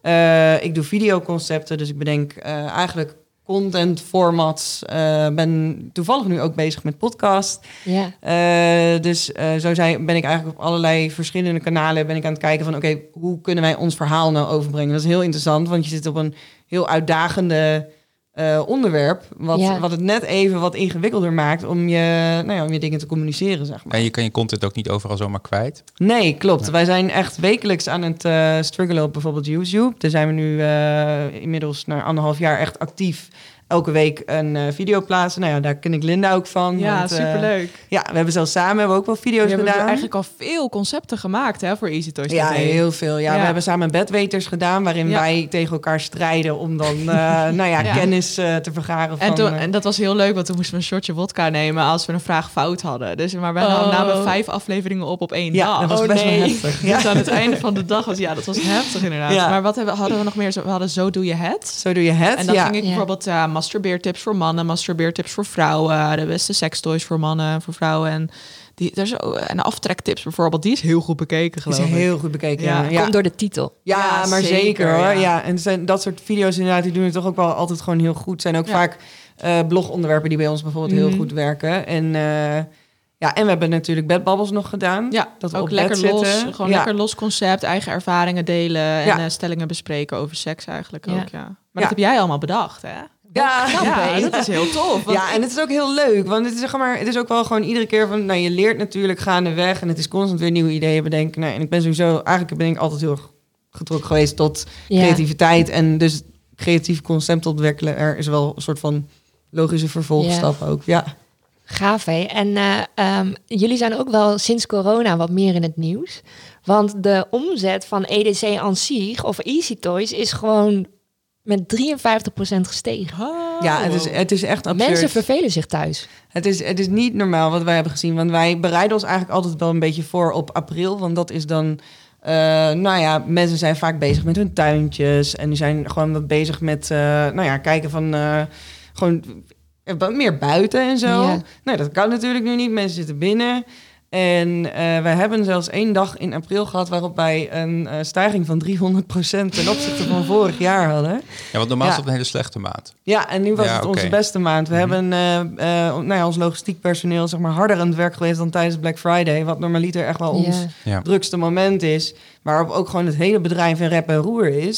Uh, ik doe videoconcepten, dus ik bedenk uh, eigenlijk content formats. Uh, ben toevallig nu ook bezig met podcast. Ja. Uh, dus uh, zo zijn, ben ik eigenlijk op allerlei verschillende kanalen... ben ik aan het kijken van... oké, okay, hoe kunnen wij ons verhaal nou overbrengen? Dat is heel interessant, want je zit op een heel uitdagende... Uh, onderwerp, wat, ja. wat het net even wat ingewikkelder maakt om je, nou ja, om je dingen te communiceren, zeg maar. En je kan je content ook niet overal zomaar kwijt? Nee, klopt. Ja. Wij zijn echt wekelijks aan het uh, struggelen op bijvoorbeeld YouTube. Daar zijn we nu uh, inmiddels na anderhalf jaar echt actief... elke week een uh, video plaatsen. Nou ja, daar ken ik Linda ook van. Ja, want, uh, superleuk. Ja, we hebben zelfs samen hebben we ook wel video's we gedaan. We hebben eigenlijk al veel concepten gemaakt hè, voor Easy Toys. Ja, heel veel. Ja, ja. We hebben samen bedweters gedaan... waarin ja. wij tegen elkaar strijden om dan uh, nou ja, ja. kennis uh, te vergaren. En, van, toen, uh, en dat was heel leuk, want toen moesten we een shotje wodka nemen... als we een vraag fout hadden. Dus, maar we oh. namen vijf afleveringen op op één ja, dag. dat was oh, best nee. wel heftig. Ja. Dus aan het einde van de dag was... Ja, dat was heftig inderdaad. Ja. Maar wat hebben, hadden we nog meer? We hadden Zo Doe Je Het. Zo Doe Je Het, En dan ja. ging ik ja. bijvoorbeeld uh, masturbeertips voor mannen... masturbeertips voor vrouwen... de beste sextoys voor mannen en voor vrouwen... En die, er is ook, en aftrektips bijvoorbeeld, die is heel goed bekeken, geloof ik. Die is heel goed bekeken, ja. ja. Komt door de titel. Ja, ja maar zeker, zeker hoor. Ja. Ja, en zijn, dat soort video's inderdaad, die doen het toch ook wel altijd gewoon heel goed. Zijn ook ja. vaak uh, blogonderwerpen die bij ons bijvoorbeeld mm. heel goed werken. En... Uh, Ja, en we hebben natuurlijk bedbabbels nog gedaan. Ja, dat we ook op lekker bed los. zitten. Gewoon ja. lekker los concept, eigen ervaringen delen... en ja. uh, stellingen bespreken over seks eigenlijk ja. ook, ja. Maar ja. dat heb jij allemaal bedacht, hè? Ja, ja, dat is heel tof. Want... Ja, en het is ook heel leuk. Want het is, zeg maar, het is ook wel gewoon iedere keer van... Nou, je leert natuurlijk gaandeweg. En het is constant weer nieuwe ideeën bedenken. Nou, en ik ben sowieso... Eigenlijk ben ik altijd heel getrokken geweest tot ja. creativiteit. En dus creatief concept ontwikkelen... er is wel een soort van logische vervolgstap ja. ook. Ja. Gaaf, hè? En uh, um, jullie zijn ook wel sinds corona wat meer in het nieuws. Want de omzet van E D C aan zich, of Easy Toys, is gewoon met drieënvijftig procent gestegen. Oh. Ja, het is, het is echt absurd. Mensen vervelen zich thuis. Het is, het is niet normaal wat wij hebben gezien. Want wij bereiden ons eigenlijk altijd wel een beetje voor op april. Want dat is dan... Uh, nou ja, mensen zijn vaak bezig met hun tuintjes. En die zijn gewoon wat bezig met... Uh, nou ja, kijken van... Uh, gewoon... wat meer buiten en zo. Ja. Nou, dat kan natuurlijk nu niet. Mensen zitten binnen. En uh, wij hebben zelfs één dag in april gehad... waarop wij een uh, stijging van driehonderd procent... ten opzichte van vorig jaar hadden. Ja, want normaal ja. is dat een hele slechte maand. Ja, en nu was ja, het okay. onze beste maand. We Mm-hmm. hebben uh, uh, nou ja, ons logistiek personeel... zeg maar harder aan het werk geweest dan tijdens Black Friday... wat normaliter echt wel ons ja. Ja. drukste moment is... waarop ook gewoon het hele bedrijf in rep en roer is...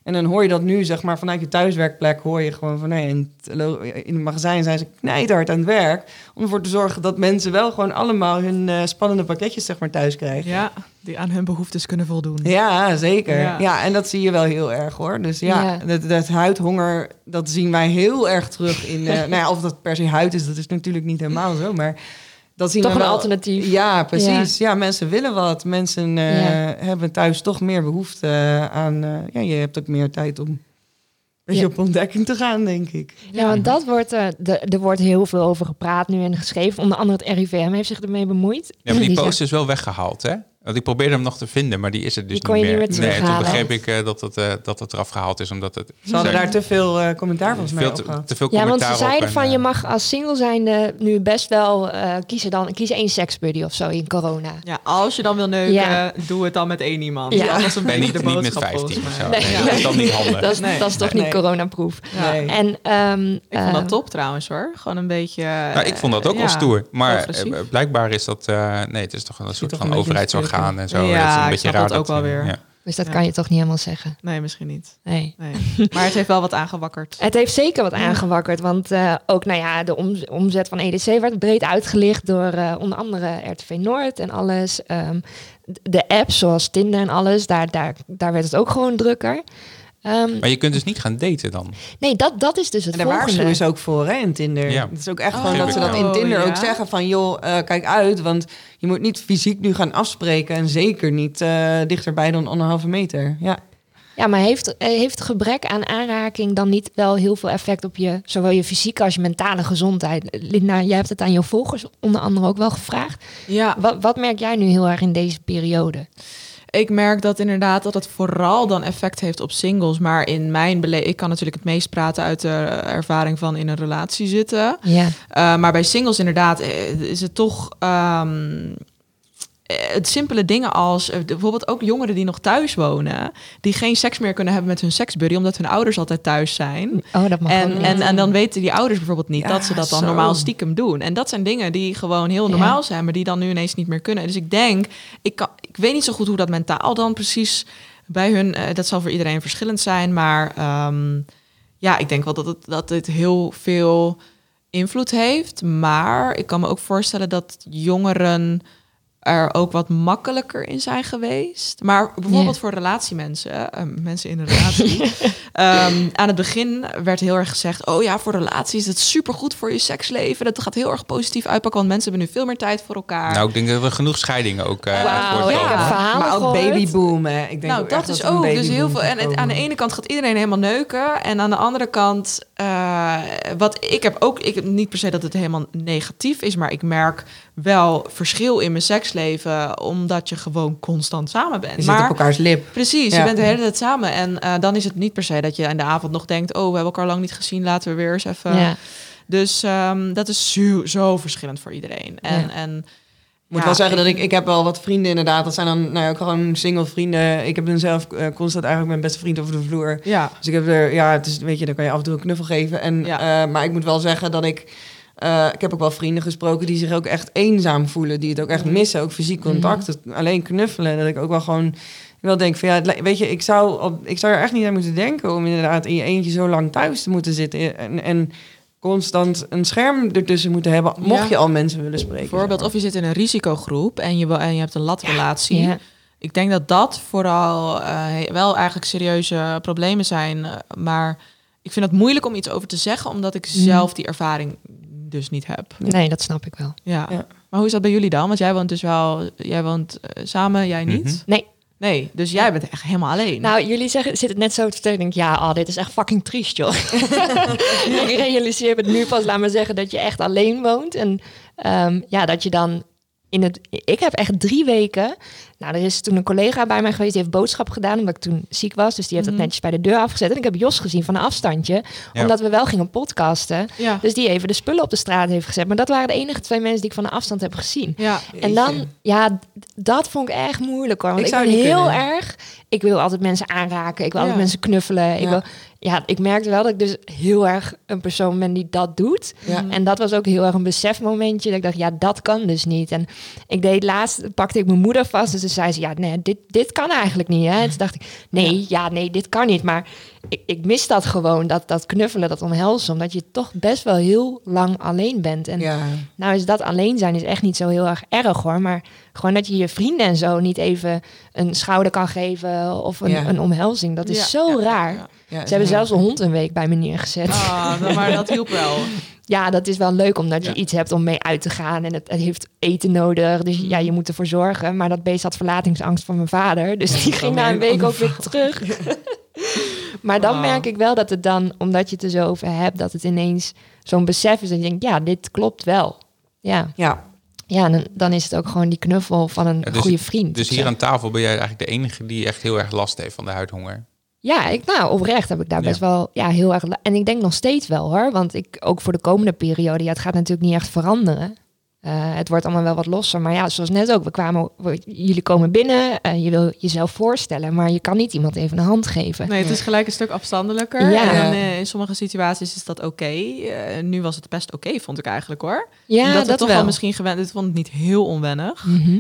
En dan hoor je dat nu, zeg maar, vanuit je thuiswerkplek hoor je gewoon van, nee, in het, in het magazijn zijn ze knijthard aan het werk om ervoor te zorgen dat mensen wel gewoon allemaal hun uh, spannende pakketjes, zeg maar, thuis krijgen. Ja, die aan hun behoeftes kunnen voldoen. Ja, zeker. Ja. Ja. ja, en dat zie je wel heel erg, hoor. Dus ja, Ja. Dat, dat huidhonger, dat zien wij heel erg terug in... Uh, nou ja, of dat per se huid is, dat is natuurlijk niet helemaal zo, maar... Dat zien Toch we een wel. alternatief. Ja, precies. Ja, ja mensen willen wat. Mensen uh, Ja. hebben thuis toch meer behoefte uh, aan... Uh, ja, je hebt ook meer tijd om een beetje Ja. op ontdekking te gaan, denk ik. Ja, want dat wordt, uh, de, er wordt heel veel over gepraat nu en geschreven. Onder andere het R I V M heeft zich ermee bemoeid. Ja, maar die zegt- post is wel weggehaald, hè? Want ik probeerde hem nog te vinden, maar die is er dus Die kon niet je meer. niet meer nee, toen terughalen. begreep ik uh, dat, het, uh, dat het eraf gehaald is, omdat het... Ze hadden zijn- daar te veel uh, commentaar volgens mij veel op te, gehad. te veel Ja, want commentaar ze op zeiden en, van uh, je mag als single zijnde nu best wel uh, kiezen dan kies één seksbuddy of zo in corona. Ja, als je dan wil neuken, Ja. doe het dan met één iemand. Ja. Ja, dat is een Nee, beetje niet, de niet met boodschap vijftien of volgens zo. mij. Nee. Nee, dat is dan niet handig. Dat is, Nee. dat is toch Nee. niet coronaproof. Ja. Nee. En um, Ik vond dat uh, top trouwens hoor. Gewoon een beetje... Nou, ik vond dat ook ja, wel stoer. Maar progressief. uh, blijkbaar is dat... Uh, nee, het is toch een soort toch van een beetje overheidsorgaan en zo. Ja, dat is een ik beetje snap raar dat ook wel uh, weer. ja. Dus dat Ja. kan je toch niet helemaal zeggen. Nee, misschien niet. Nee. Nee. Maar het heeft wel wat aangewakkerd. Het heeft zeker wat aangewakkerd, want uh, ook nou ja, de om, omzet van E D C werd breed uitgelicht door uh, onder andere R T V Noord en alles. Um, de apps zoals Tinder en alles, daar, daar, daar werd het ook gewoon drukker. Um, Maar je kunt dus niet gaan daten dan. nee, dat, dat is dus het En daar volgende. waarschuwen ze ook voor, hè, in Tinder. Ja. Het is ook echt Oh, gewoon dat ze dat in Tinder ja. ook zeggen van... joh, uh, kijk uit, want je moet niet fysiek nu gaan afspreken... en zeker niet uh, dichterbij dan anderhalve meter. Ja. Ja, maar heeft, heeft gebrek aan aanraking dan niet wel heel veel effect op je, zowel je fysieke als je mentale gezondheid? Linda, jij hebt het aan je volgers onder andere ook wel gevraagd. Ja, Wat, wat merk jij nu heel erg in deze periode? ik merk dat inderdaad dat het vooral dan effect heeft op singles. Maar in mijn beleving, ik kan natuurlijk het meest praten uit de ervaring van in een relatie zitten. Ja, Uh, maar bij singles inderdaad eh, is het toch um, het simpele dingen als uh, bijvoorbeeld ook jongeren die nog thuis wonen, die geen seks meer kunnen hebben met hun seksbuddy omdat hun ouders altijd thuis zijn. oh, dat mag ook En, niet. en, en dan weten die ouders bijvoorbeeld niet Ja, dat ze dat dan zo. normaal stiekem doen. En dat zijn dingen die gewoon heel normaal Ja. zijn, maar die dan nu ineens niet meer kunnen. Dus ik denk, ik, kan, ik weet niet zo goed hoe dat mentaal dan precies bij hun, uh, dat zal voor iedereen verschillend zijn, maar um, ja, ik denk wel dat het, dat het heel veel invloed heeft. Maar ik kan me ook voorstellen dat jongeren er ook wat makkelijker in zijn geweest. Maar bijvoorbeeld Ja. voor relatiemensen, uh, mensen in een relatie. um, aan het begin werd heel erg gezegd, oh ja, voor relaties is het supergoed voor je seksleven. Dat gaat heel erg positief uitpakken, want mensen hebben nu veel meer tijd voor elkaar. Nou, ik denk dat er genoeg scheidingen ook uh, Wauw, voorkomen. ik heb verhalen Maar ook gehoord. babyboom, hè. Ik denk Nou, ook dat echt is er een ook. Dus babyboom heel veel. gaat En het, aan komen. de ene kant gaat iedereen helemaal neuken. En aan de andere kant, uh, wat ik heb ook, ik heb niet per se dat het helemaal negatief is, maar ik merk wel verschil in mijn seksleven, omdat je gewoon constant samen bent. Je zit maar op elkaars lip. precies, Ja. je bent de hele tijd samen. En uh, dan is het niet per se dat je in de avond nog denkt, oh, we hebben elkaar lang niet gezien, laten we weer eens even. Ja. Dus um, dat is zo, zo verschillend voor iedereen. En, Ja. en Ik moet ja, wel zeggen dat ik, ik heb wel wat vrienden inderdaad. Dat zijn dan nou ja, ook gewoon single vrienden. Ik heb dan zelf uh, constant eigenlijk mijn beste vriend over de vloer. Ja. Dus ik heb er, ja, het is, weet je, dan kan je af en toe een knuffel geven. En, Ja. uh, maar ik moet wel zeggen dat ik, uh, ik heb ook wel vrienden gesproken die zich ook echt eenzaam voelen. Die het ook echt missen, ook fysiek contact. Het alleen knuffelen. Dat ik ook wel gewoon wel denk van ja, het li- weet je, ik zou, op, ik zou er echt niet aan moeten denken om inderdaad in je eentje zo lang thuis te moeten zitten. En, en constant een scherm ertussen moeten hebben, mocht Ja. je al mensen willen spreken. Bijvoorbeeld, of je zit in een risicogroep en je, en je hebt een latrelatie. Ja. Ik denk dat dat vooral uh, wel eigenlijk serieuze problemen zijn. Uh, maar ik vind het moeilijk om iets over te zeggen, omdat ik zelf die ervaring dus niet heb. Nee, dat snap ik wel. Ja. Ja. Maar hoe is dat bij jullie dan? Want jij woont dus wel, jij woont uh, samen, jij niet? Mhm. Nee. Nee, dus jij bent echt helemaal alleen. Nou, jullie zeggen, zitten het net zo te vertellen. Ik denk, ja, oh, dit is echt fucking triest, joh. Ik realiseer me nu pas, laat maar zeggen, dat je echt alleen woont. En um, ja, dat je dan in het... Ik heb echt drie weken... Nou, er is toen een collega bij mij geweest, die heeft boodschap gedaan, omdat ik toen ziek was. Dus die heeft Mhm. dat netjes bij de deur afgezet. En ik heb Jos gezien van een afstandje, Ja. omdat we wel gingen podcasten. ja. Dus die even de spullen op de straat heeft gezet. Maar dat waren de enige twee mensen die ik van een afstand heb gezien. ja. En dan, ja, d- dat vond ik echt moeilijk hoor. Want Ik ik, zou ben niet heel kunnen. erg... Ik wil altijd mensen aanraken. Ik wil Ja. altijd mensen knuffelen. Ik, Ja. wil, ja, ik merkte wel dat ik dus heel erg een persoon ben die dat doet. Ja. En dat was ook heel erg een besefmomentje. Dat ik dacht, ja, dat kan dus niet. En ik deed laatst, pakte ik mijn moeder vast. Dus toen zei ze, ja, nee, dit, dit kan eigenlijk niet. Hè? En toen dacht ik, nee, ja, ja nee, dit kan niet. Maar ik, ik mis dat gewoon, dat, dat knuffelen, dat omhelzen. Omdat je toch best wel heel lang alleen bent. En Ja. nou is dat alleen zijn is echt niet zo heel erg erg hoor. Maar gewoon dat je je vrienden en zo niet even een schouder kan geven of een, Ja. een omhelzing. Dat is Ja, zo ja, raar. ja, ja. Ja, Ze hebben ja. zelfs een hond een week bij me neergezet. Ah, dan- maar dat hielp wel. Ja, dat is wel leuk omdat je Ja. iets hebt om mee uit te gaan. En het, het heeft eten nodig. Dus ja, Mm. je moet ervoor zorgen. Maar dat beest had verlatingsangst van mijn vader. Dus die ging na een week ook weer terug. Maar dan Oh. merk ik wel dat het dan, omdat je het er zo over hebt, dat het ineens zo'n besef is. Dat je denkt, ja, dit klopt wel. Ja, Ja. ja dan, dan is het ook gewoon die knuffel van een Ja, dus- goede vriend. Dus of hier zo. aan tafel ben jij eigenlijk de enige die echt heel erg last heeft van de huidhonger. Ja, ik, nou, oprecht heb ik daar Ja. best wel ja, heel erg... la- En ik denk nog steeds wel, hoor. Want ik, ook voor de komende periode... Ja, het gaat natuurlijk niet echt veranderen. Eh, het wordt allemaal wel wat losser. Maar ja, zoals net ook. We kwamen, we- jullie komen binnen. eh, je wil jezelf voorstellen. Maar je kan niet iemand even een hand geven. Nee, het is gelijk een stuk afstandelijker. Ja. En dan, eh, in sommige situaties is dat oké. Eh, nu was het best oké, vond ik eigenlijk hoor. Ja, Omdat we dat toch wel. wel misschien gewend. Ik vond het niet heel onwennig. Mhm.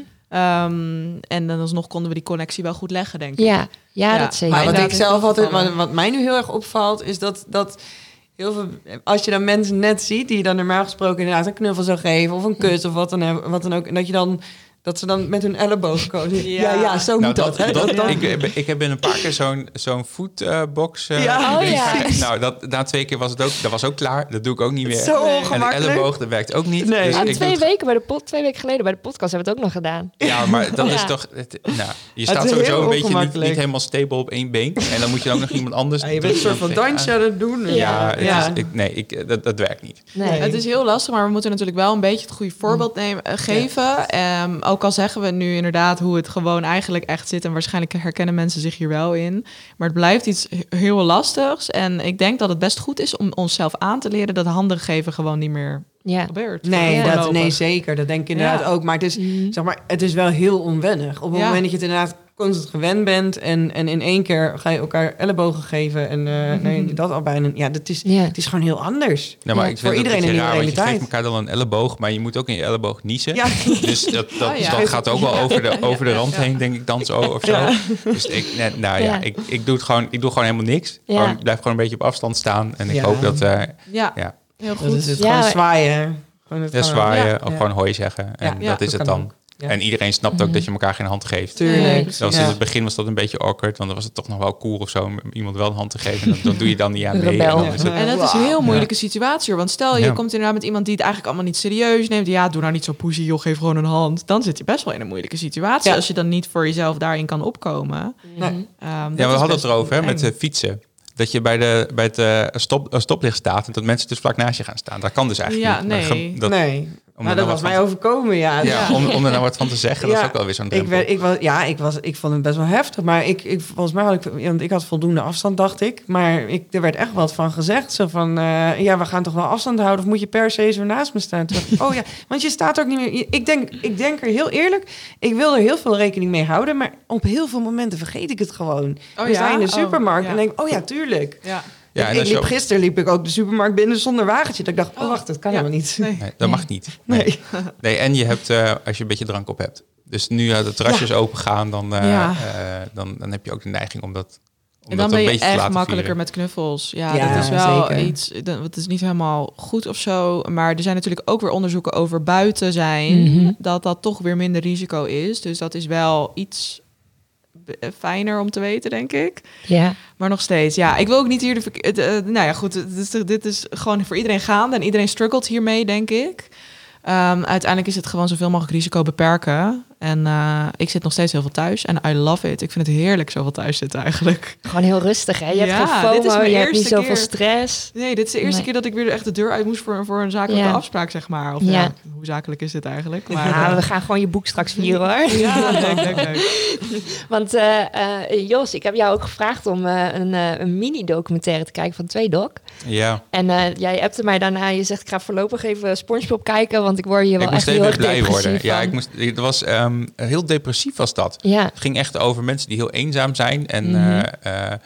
Ehm, en dan alsnog konden we die connectie wel goed leggen, denk ik. Ja, ja, Ja, dat zeker. Maar wat inderdaad ik heel zelf altijd, opgevallen. wat, wat mij nu heel erg opvalt, is dat, dat heel veel, als je dan mensen net ziet die je dan normaal gesproken inderdaad een knuffel zou geven of een kus of wat dan, heb- wat dan ook, en dat je dan dat ze dan met hun elleboog komen. Ja, ja, ja zo Nou, moet dat. hè? dat, Dat- dat- ik, ik heb in een paar keer zo'n zo'n foodbox. eh, Ja. Oh, ding ja. gekregen. Nou, dat, na twee keer was het ook, dat was ook klaar. Dat doe ik ook niet meer. Zo En de ongemakkelijk. elleboog, dat werkt ook niet. Nee. Dus Ah, ik twee, doe het- weken bij de pod, twee weken geleden bij de podcast hebben we het ook nog gedaan. Ja, maar dat Ja. is toch... Het, nou, je staat is sowieso heel een beetje niet, ongemakkelijk. niet helemaal stable op één been. En dan moet je ook nog iemand anders... Ja, je bent een soort van drukken dan dansje aan het doen. tegen- Ja, het Ja. Is, ik, nee, ik, dat, dat werkt niet. Nee. Nee. Het is heel lastig, maar we moeten natuurlijk wel een beetje het goede voorbeeld nemen, eh, geven. Ehm, ook al zeggen we nu inderdaad hoe het gewoon eigenlijk echt zit. En waarschijnlijk herkennen mensen zich hier wel in. Maar het blijft iets he- heel lastigs. En ik denk dat het best goed is om onszelf aan te leren dat handen geven gewoon niet meer Ja. gebeurt. Nee, Ja. dat, Voorlopig. nee, zeker. Dat denk ik inderdaad Ja. ook. Maar het is, Mhm. zeg maar het is wel heel onwennig. Op het Ja. moment dat je het inderdaad constant gewend bent en, en in één keer ga je elkaar ellebogen geven en eh nee, dat al bijna. Ja, dat is, Ja. het is gewoon heel anders. Nou, maar Ja, ik voor vind het iedereen een een beetje nieuwe raar, want je geeft realiteit. elkaar dan een elleboog, maar je moet ook in je elleboog niezen. Ja. Dus dat, dat, Oh, ja. dat gaat ook wel over de, over de rand Ja. heen, denk ik dan zo of zo. Dus ik, nee, nou ja, Ja. ik, ik doe het gewoon, ik doe gewoon helemaal niks. Ja. Gewoon, ik blijf gewoon een beetje op afstand staan. En ik Ja. hoop dat, eh Ja, ja, heel Dat goed. is het Ja, gewoon maar- zwaaien. Gewoon het ja, gewoon- zwaaien Ja. of Ja. gewoon hoi zeggen. En Ja. dat is dat het kan dan. ook. Ja. En iedereen snapt ook dat je elkaar geen hand geeft. Tuurlijk. Nee, Zelfs Ja. in het begin was dat een beetje awkward, want dan was het toch nog wel cool of zo om iemand wel een hand te geven. En dat, dat doe je dan niet aan mee. Rebel. En dan is het- En dat is een heel moeilijke situatie. hoor. Want stel, je Ja. komt inderdaad met iemand die het eigenlijk allemaal niet serieus neemt. Ja, doe nou niet zo poesie, joh, geef gewoon een hand. Dan zit je best wel in een moeilijke situatie. Ja. Als je dan niet voor jezelf daarin kan opkomen. Nee. Ehm, dat Ja, we is hadden best het erover hè, eng. met uh, fietsen. Dat je bij, de, bij het uh, stop, uh, stoplicht staat en dat mensen dus vlak naast je gaan staan. Dat kan dus eigenlijk Ja, niet. Maar nee. ge- dat, nee, om maar er dat nou was wat mij van overkomen, ja. te- ja, Om, om er nou wat van te zeggen, dat is Ja. ook wel weer zo'n Ik, drempel. werd, ik, was, ja, ik, was, ik vond het best wel heftig. Maar ik, ik, volgens mij had ik... Want ik had voldoende afstand, dacht ik. Maar ik, er werd echt wat van gezegd. Zo van, uh, ja, we gaan toch wel afstand houden? Of moet je per se zo naast me staan? Toen dacht ik, oh ja, want je staat ook niet meer... Ik denk, ik denk er heel eerlijk... Ik wil er heel veel rekening mee houden. Maar op heel veel momenten vergeet ik het gewoon. Oh we ja? staan in de Oh, supermarkt ja. en denk ik, oh ja, tuurlijk. Ja. Ja, en ik als liep, je- gisteren liep ik ook de supermarkt binnen zonder wagentje. Dat ik dacht, oh wacht, dat kan Ja. helemaal niet. Nee. Nee, dat mag niet. Nee. Nee. Nee, en je hebt, uh, als je een beetje drank op hebt. Dus nu uh, de terrasjes open gaan, dan, uh, Ja. uh, dan, dan heb je ook de neiging om dat, om En dat dan een ben je beetje te echt laten makkelijker vieren. met knuffels. Ja, Ja, dat is wel zeker. iets... dat- Het is niet helemaal goed of zo. Maar er zijn natuurlijk ook weer onderzoeken over buiten zijn. Mhm. Dat dat toch weer minder risico is. Dus dat is wel iets be- fijner om te weten, denk ik. Ja. Maar nog steeds, ja. Ik wil ook niet hier... De, verk- het, eh, nou ja, goed. Het is, dit is gewoon voor iedereen gaande. En iedereen struggelt hiermee, denk ik. Um, uiteindelijk is het gewoon zoveel mogelijk risico beperken. En uh, ik zit nog steeds heel veel thuis. En I love it. Ik vind het heerlijk zoveel thuis zitten eigenlijk. Gewoon heel rustig, hè? Je Ja, hebt geen dit is FOMO, mijn je hebt niet eerste zoveel keer. stress. Nee, dit is de eerste Nee. keer dat ik weer echt de deur uit moest voor, voor een zakelijke Ja. afspraak, zeg maar. Of Ja. ja. hoe zakelijk is dit eigenlijk? Maar, Ja, uh, we gaan gewoon je boek straks vieren, hoor. ja, leuk, leuk, leuk. Want uh, uh, Jos, ik heb jou ook gevraagd om uh, een, uh, een mini-documentaire te kijken van Tweedok. Ja, En uh, jij appte mij daarna, je zegt, ik ga voorlopig even SpongeBob kijken, want ik word hier wel ik moest echt heel even erg blij depressief worden. Ja, van. ik moest, het was um, heel depressief was dat. Ja, Het ging echt over mensen die heel eenzaam zijn. En Mhm. uh, uh,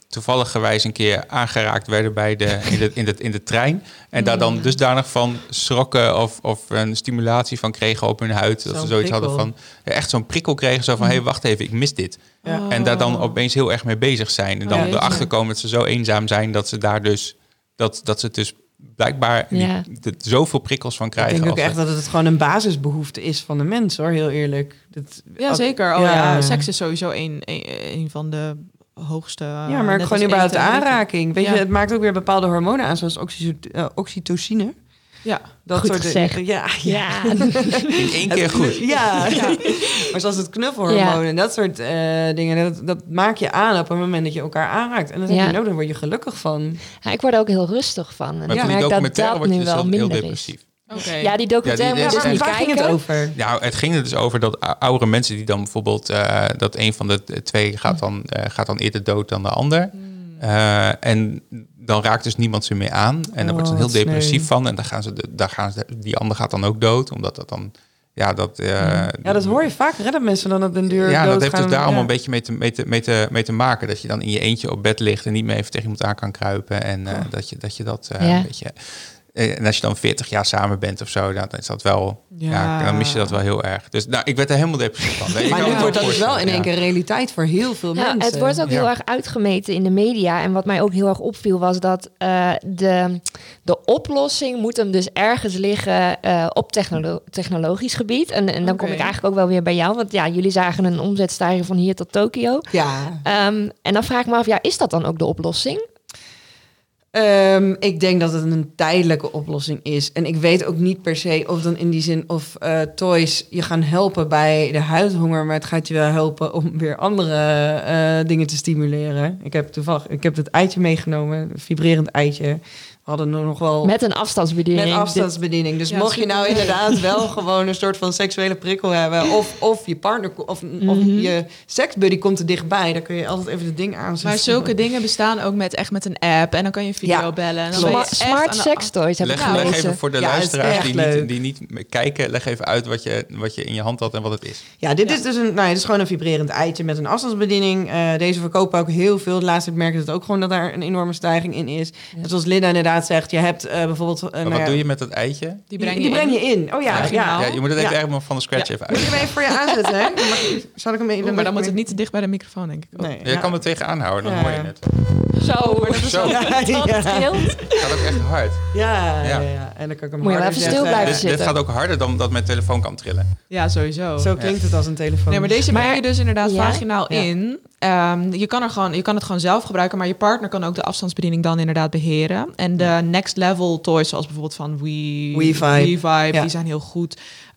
toevallig gewijs een keer aangeraakt werden bij de, in, de, in, de, in de trein. En daar dan dusdanig van schrokken of, of een stimulatie van kregen op hun huid. Dat Zo'n ze zoiets prikkel. hadden van, ja, echt zo'n prikkel kregen. Zo van, hé, hey, wacht even, ik mis dit. Ja. En daar dan opeens heel erg mee bezig zijn. En dan Oh, jeetje. erachter komen dat ze zo eenzaam zijn dat ze daar dus, dat, dat ze het dus blijkbaar Ja. die, de, zoveel prikkels van Ik krijgen. denk ook als echt ze- dat het gewoon een basisbehoefte is van de mens, hoor. Heel eerlijk. Dat, Ja, zeker. Oh Ja. ja, seks is sowieso een, een, een van de hoogste... Ja, maar ook gewoon überhaupt de aanraking. Weet Ja. je, het maakt ook weer bepaalde hormonen aan, zoals oxy- uh, oxytocine. Ja. Dat Goed soort gezegd. dingen. Ja, Ja. in één keer goed. Ja, ja. Maar zoals het knuffelhormoon en dat soort eh, dingen, dat, dat maak je aan op het moment dat je elkaar aanraakt. En dat Ja. heb je nodig, daar word je gelukkig van. Ja, ik word er ook heel rustig van. En Maar ik van die merk dat documentaire dat word nu je dus wel heel, heel minder is. depressief. Oké. Ja, die documentaire Ja, die- moet je die- dus Waar niet ging het kijken. over? Nou, het ging er dus over dat ou- oudere mensen die dan bijvoorbeeld... Uh, dat een van de t- twee gaat dan, uh, gaat dan eerder dood dan de ander. Uh, en dan raakt dus niemand ze meer aan. En dan Oh, wordt ze heel wat sneu. depressief van. En dan gaan ze, de, daar gaan ze, die ander gaat dan ook dood. Omdat dat dan... Ja, dat, uh, Ja, dat hoor je vaak. Redden mensen dan op den duur ja, dat heeft dus doodgaan. daar allemaal Ja. een beetje mee te, mee, te, mee, te, mee te maken. Dat je dan in je eentje op bed ligt en niet meer even tegen iemand aan kan kruipen. En uh, dat je dat, je dat uh, Ja. een beetje... En als je dan veertig jaar samen bent of zo, dan is dat wel... Ja. Ja. dan mis je dat wel heel erg. Dus nou, ik werd er helemaal depressief van. Nee, ik Maar kan nu me wordt dat wel dus wel in voorstellen, één ja. keer realiteit voor heel veel Ja, mensen. het wordt ook heel Ja. erg uitgemeten in de media. En wat mij ook heel erg opviel was dat uh, de, de oplossing moet hem dus ergens liggen uh, op technolo- technologisch gebied. En, en dan kom Oké. ik eigenlijk ook wel weer bij jou. Want ja, jullie zagen een omzetstijging van hier tot Tokio. Ja. Um, en dan vraag ik me af, ja, is dat dan ook de oplossing? Um, ik denk dat het een tijdelijke oplossing is. En ik weet ook niet per se of dan in die zin of uh, toys je gaan helpen bij de huidhonger, maar het gaat je wel helpen om weer andere uh, dingen te stimuleren. Ik heb toevallig, ik heb het eitje meegenomen, een vibrerend eitje. We hadden er nog wel... Met een afstandsbediening. Met afstandsbediening. Dus Ja, mocht je nou superleuk. inderdaad wel gewoon een soort van seksuele prikkel hebben, of, of je partner of, of Mhm. je seksbuddy komt er dichtbij, dan kun je altijd even het ding aanzetten. Maar zulke dingen bestaan ook met echt met een app. En dan kan je video Ja, bellen. En dan klopt. ben je Smart, echt smart aan de- sex toys heb ik Leg, leg gelezen. even voor de Ja, het is luisteraars echt die leuk. niet, die niet kijken, leg even uit wat je, wat je in je hand had en wat het is. Ja, dit Ja. is dus een, nou, dit is gewoon een vibrerend eitje met een afstandsbediening. Uh, deze verkopen ook heel veel. Laatst heb ik merk het ook gewoon dat daar een enorme stijging in is. En zoals Linda inderdaad zegt, je hebt uh, bijvoorbeeld... Uh, Maar nou wat ja, doe je met dat eitje? Die Die, breng je, die breng je in. in. Oh ja, Vaginaal. ja. Ja, je moet het even Ja. echt van de scratch Ja. even Moet uit. je hem even voor je aanzetten, hè? Dan mag je- Zal ik hem even... Oeh, maar dan moet het niet te dicht bij de microfoon, denk ik. ook. Nee. Je kan er tegenaan houden, dan Ja. hoor je het. Zo, maar dat is Zo. wel- Ja, dat ja. scheelt. Het gaat ook echt hard. Ja, ja, Ja. ja. En dan kan ik hem Moet je wel harder even stil zetten. blijven Dit, zitten. dit gaat ook harder dan dat mijn telefoon kan trillen. Ja, sowieso. Zo klinkt het als een telefoon. Nee, maar deze Maar- breng je dus inderdaad Ja? vaginaal Ja. in. Um, je, kan er gewoon, je kan het gewoon zelf gebruiken, maar je partner kan ook de afstandsbediening dan inderdaad beheren. En de next level toys, zoals bijvoorbeeld van Wii, Wii Vibe. Wii Vibe, Ja. die zijn heel goed.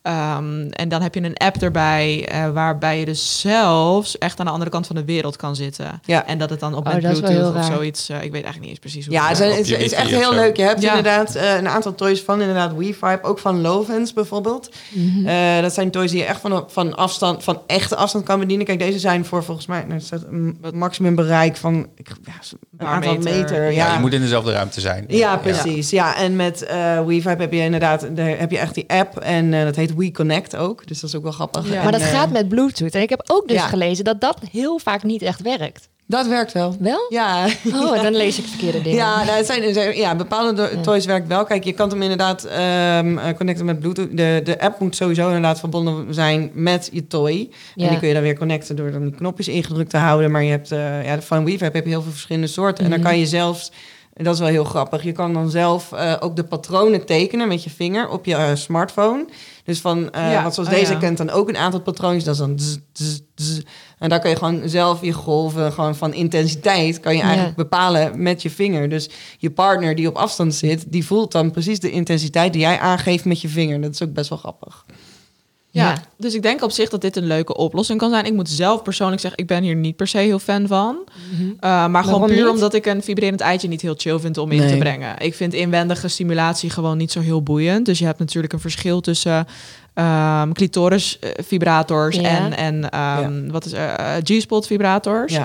Um, en dan heb je een app erbij, uh, waarbij je dus zelfs echt aan de andere kant van de wereld kan zitten. Ja. En dat het dan op Oh, met dat is wel Bluetooth heel of raar. zoiets. Uh, ik weet eigenlijk niet eens precies hoe Ja, het het is, Op het je is wifi echt of heel zo. leuk. Je hebt Ja. inderdaad uh, een aantal toys van inderdaad Wii Vibe, ook van Lovens bijvoorbeeld. Mhm. Uh, dat zijn toys die je echt van, van afstand, van echte afstand kan bedienen. Kijk, deze zijn voor volgens mij nou, er staat een maximum bereik van ik, ja, een paar aantal meter. meter. ja. Ja, je moet in dezelfde ruimte zijn. Ja, precies. Ja, en met uh, Wii Vibe heb je inderdaad daar heb je echt die app en uh, dat heet Wii Connect ook. Dus dat is ook wel grappig. Ja. En, Maar dat uh, gaat met Bluetooth. En ik heb ook dus Ja. gelezen dat dat heel vaak niet echt werkt. Dat werkt wel. Wel? Ja. Oh, dan lees ik verkeerde dingen. Ja, nou, het zijn, het zijn- ja, bepaalde do- Ja. toys werkt wel. Kijk, je kan hem inderdaad um, uh, connecten met Bluetooth. De, de app moet sowieso inderdaad verbonden zijn met je toy. Ja. En die kun je dan weer connecten door dan die knopjes ingedrukt te houden. Maar je hebt uh, ja, van Wii Vibe heb je heel veel verschillende soorten. En Mhm. dan kan je zelfs, en dat is wel heel grappig, je kan dan zelf uh, ook de patronen tekenen met je vinger op je uh, smartphone. Dus van, uh, Ja, wat zoals oh deze ja. kent dan ook een aantal patroontjes. Dat is dan zzz, zzz, zzz. En daar kun je gewoon zelf je golven gewoon van intensiteit kan je eigenlijk Ja. bepalen met je vinger. Dus je partner die op afstand zit, die voelt dan precies de intensiteit die jij aangeeft met je vinger. Dat is ook best wel grappig. Ja, Ja. dus ik denk op zich dat dit een leuke oplossing kan zijn. Ik moet zelf persoonlijk zeggen, ik ben hier niet per se heel fan van. Mhm. Uh, maar gewoon Waarom puur niet? omdat ik een vibrerend eitje niet heel chill vind om in Nee. te brengen. Ik vind inwendige stimulatie gewoon niet zo heel boeiend. Dus je hebt natuurlijk een verschil tussen um, clitoris uh, vibrators Ja. en, en um, wat is uh, G-spot vibrators. Ja.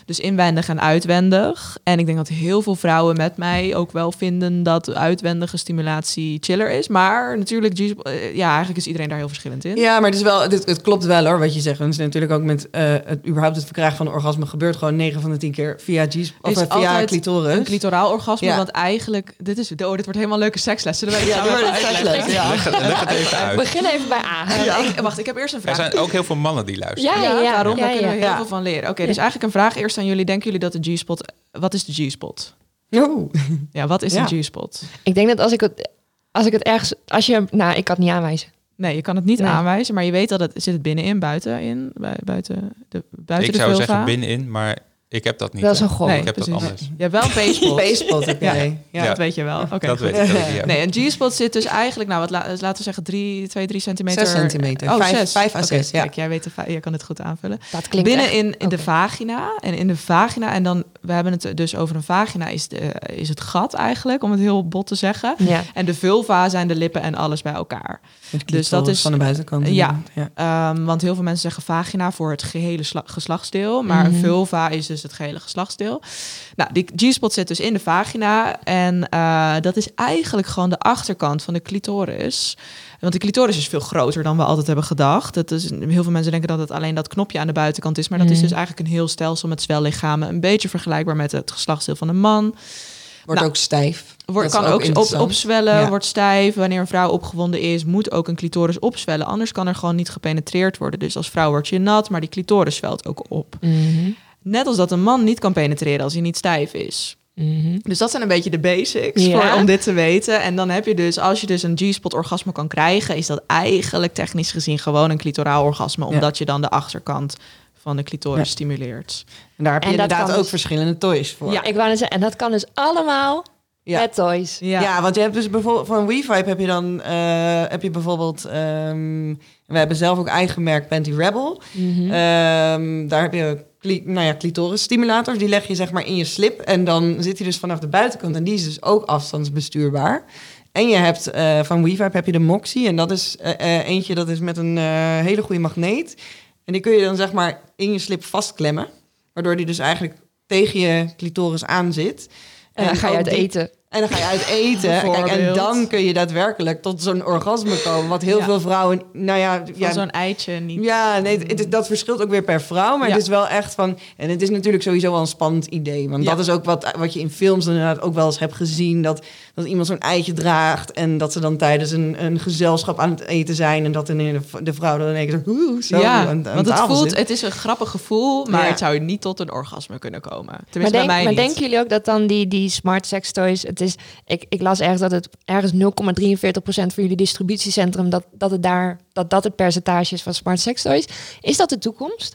Dus inwendig en uitwendig. En ik denk dat heel veel vrouwen met mij ook wel vinden dat uitwendige stimulatie chiller is. Maar natuurlijk, G-spot, uh, ja, eigenlijk is iedereen daar heel verschillend in. Ja, maar het, is wel, het, het klopt wel hoor, wat je zegt. Want het is natuurlijk ook met uh, het, überhaupt het verkrijgen van een orgasme gebeurt gewoon negen van de tien keer via G-spot of uh, via clitoris. Een clitoraal orgasme, ja. Want eigenlijk, dit is, oh, dit wordt helemaal een leuke seksles. Zullen wij ja, dit wordt een seksles. Ja. Leg, het, leg het even uit. Begin even bij A. Ja. Ik, wacht, ik heb eerst een vraag. Er zijn ook heel veel mannen die luisteren. Ja, ja, ja daarom ja, daar kunnen ja. we heel ja. veel van leren. Oké, okay, dus eigenlijk een vraag eerst aan jullie. Denken jullie dat de G-spot... Wat is de G-spot? Oh. Ja, wat is ja. een G-spot? Ik denk dat als ik het, als ik het ergens... Als je, nou, ik kan het niet aanwijzen. Nee, je kan het niet nee. aanwijzen, maar je weet dat het... Zit het binnenin, buitenin? Buiten de, buiten ik de zou vulva? zeggen binnenin, maar... Ik heb dat niet. Dat is een gok. Nee, Nee, ik heb precies. dat anders. Je hebt wel een P-spot. P-spot heb jij. Ja, Ja. dat weet je wel. Oké, dat goed. weet ik. Dat ik Nee, een G-spot zit dus eigenlijk, nou, wat la- laten we zeggen, drie, twee, drie centimeter. Zes centimeter. Oh, vijf, zes. vijf à Oké, zes, ja. Kijk, jij weet de, va- jij kan het goed aanvullen. Dat klinkt Binnen echt- in, in de Oké. vagina. En in de vagina, en dan, we hebben het dus over een vagina, is, de, is het gat eigenlijk, om het heel bot te zeggen. Ja. En de vulva zijn de lippen en alles bij elkaar. Dus dat is van de buitenkant. Ja, ja. Um, want heel veel mensen zeggen vagina voor het gehele sla- geslachtsdeel. Maar Mhm. een vulva is dus het gehele geslachtsdeel. Nou, die G-spot zit dus in de vagina. En uh, dat is eigenlijk gewoon de achterkant van de clitoris. Want de clitoris is veel groter dan we altijd hebben gedacht. Dat is, heel veel mensen denken dat het alleen dat knopje aan de buitenkant is. Maar dat Mhm. is dus eigenlijk een heel stelsel met zwellichamen. Een beetje vergelijkbaar met het geslachtsdeel van een man. Wordt Nou, ook stijf. Wordt, Dat kan is ook, op, interessant. opzwellen, Ja. wordt stijf. Wanneer een vrouw opgewonden is, moet ook een clitoris opzwellen. Anders kan er gewoon niet gepenetreerd worden. Dus als vrouw word je nat, maar die clitoris zwelt ook op. Mhm. Net als dat een man niet kan penetreren als hij niet stijf is. Mhm. Dus dat zijn een beetje de basics Ja. voor, om dit te weten. En dan heb je dus, als je dus een G-spot orgasme kan krijgen, is dat eigenlijk technisch gezien gewoon een clitoraal orgasme. Ja. Omdat je dan de achterkant van de clitoris Ja. stimuleert. En daar heb je En dat inderdaad kan ook dus- verschillende toys voor. Ja, ik wou net zeggen, en dat kan dus allemaal Ja. met toys. Ja. Ja, want je hebt dus bijvoorbeeld van WeVibe heb je dan eh, heb je bijvoorbeeld ehm, we hebben zelf ook eigen merk Panty Rebel. Mhm. Ehm, daar heb je cli- nou ja, clitoris stimulators. Die leg je zeg maar in je slip en dan zit hij dus vanaf de buitenkant en die is dus ook afstandsbestuurbaar. En je hebt uh, van WeVibe heb je de Moxie en dat is uh, uh, eentje dat is met een uh, hele goede magneet. En die kun je dan zeg maar in je slip vastklemmen, waardoor die dus eigenlijk tegen je clitoris aan zit. En dan ga je ook uit die- eten. En dan ga je uit eten. Kijk, en Bijvoorbeeld. dan kun je daadwerkelijk tot zo'n orgasme komen. Wat heel Ja. veel vrouwen... Nou ja, Van ja, zo'n eitje niet. ja nee, het, het- dat verschilt ook weer per vrouw. Maar Ja. het is wel echt van... En het is natuurlijk sowieso wel een spannend idee. Want Ja. dat is ook wat, wat je in films inderdaad ook wel eens hebt gezien. Dat, dat iemand zo'n eitje draagt. En dat ze dan tijdens een, een gezelschap aan het eten zijn. En dat dan de, de vrouw dan in één keer zo... oeh, zo ja, aan, aan want het tafel voelt, zit. het is een grappig gevoel, maar Ja. het zou niet tot een orgasme kunnen komen. Maar, Tenminste, denk, bij mij maar niet. denken jullie ook dat dan die, die smart sex toys... Het is, ik, ik las ergens dat het ergens nul komma drieënveertig procent voor jullie distributiecentrum... Dat, dat, het daar, dat dat het percentage is van smart sex toys. Is dat de toekomst?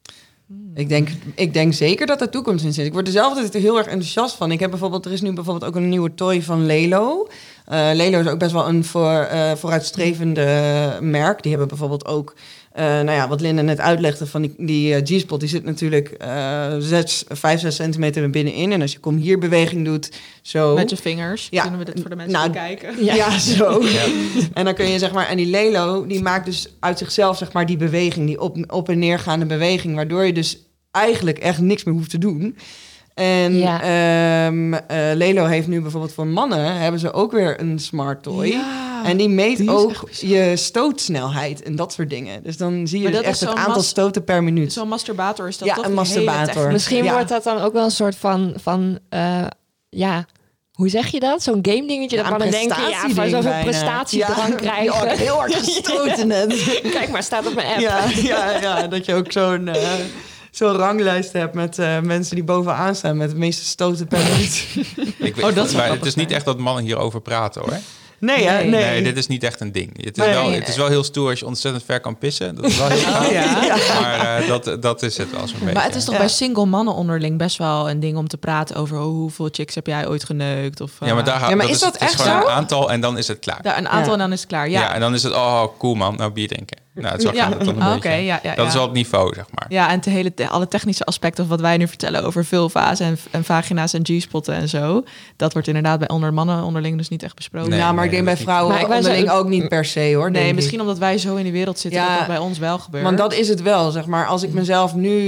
Ik denk, ik denk zeker dat er toekomst in zit. Ik word er zelf altijd heel erg enthousiast van. Ik heb bijvoorbeeld, er is nu bijvoorbeeld ook een nieuwe toy van Lelo. Uh, Lelo is ook best wel een voor, uh, vooruitstrevende merk. Die hebben bijvoorbeeld ook, uh, nou ja, wat Linda net uitlegde van die, die uh, G-spot. Die zit natuurlijk uh, zes, vijf, zes centimeter er binnenin. En als je kom hier beweging doet, zo. Met je vingers. Ja. Kunnen we dit voor de mensen Nou, die kijken? Ja, ja zo. Ja. En dan kun je zeg maar, en die Lelo, die maakt dus uit zichzelf zeg maar die beweging, die op, op en neergaande beweging, waardoor je dus eigenlijk echt niks meer hoeft te doen. En Ja. ehm, uh, Lelo heeft nu bijvoorbeeld voor mannen hebben ze ook weer een smart toy. Ja. En die meet die is ook echt bizar. je stootsnelheid en dat soort dingen. Dus dan zie je Maar dus dat echt is het zo'n aantal mas- stoten per minuut. Zo'n masturbator is dat Ja, toch? een die hele masturbator. technische- Misschien Ja. wordt dat dan ook wel een soort van... van uh, ja, hoe zeg je dat? Zo'n game dingetje. Ja, dat kan een dan denken, ja, van prestatieding zoveel bijna. prestatiedrang Ja. krijgen. Ja, heel hard gestoten net. Kijk maar, staat op mijn app. Ja, ja, ja, dat je ook zo'n uh, zo'n ranglijst hebt met uh, mensen die bovenaan staan met de meeste stoten per minuut. Ik weet, Oh, dat zou maar het grappig is niet zijn. echt dat mannen hierover praten, hoor. Nee, hè? Nee. Nee. Nee, dit is niet echt een ding. Het is, Nee, wel, nee, het is wel heel stoer als je ontzettend ver kan pissen. Dat is wel heel gaaf. ja. Maar uh, dat, dat is het wel zo'n beetje. Maar het is toch Ja. bij single mannen onderling best wel een ding om te praten over oh, hoeveel chicks heb jij ooit geneukt? Of, uh, Ja, maar, daar, Ja, maar dat is dat het is echt gewoon zo? een aantal en dan is het klaar. daar een aantal Ja. en dan is het klaar. Ja, Ja. en dan is het, oh cool man, nou bier drinken. Nou, het zo Ja. gaat het dan een Ah, beetje. oké, ja, ja, dat ja. is wel het niveau, zeg maar. Ja, en het hele, te- alle technische aspecten of wat wij nu vertellen over vulva's en, en vagina's en G-spotten en zo. Dat wordt inderdaad bij onder mannen onderling dus niet echt besproken. Nee, nou, maar ik denk bij dat is vrouwen Maar ik wou onderling zeggen- ook niet per se, hoor. Nee, denk misschien ik. omdat wij zo in de wereld zitten Ja, dat dat bij ons wel gebeurt. Want dat is het wel, zeg maar. Als ik mezelf nu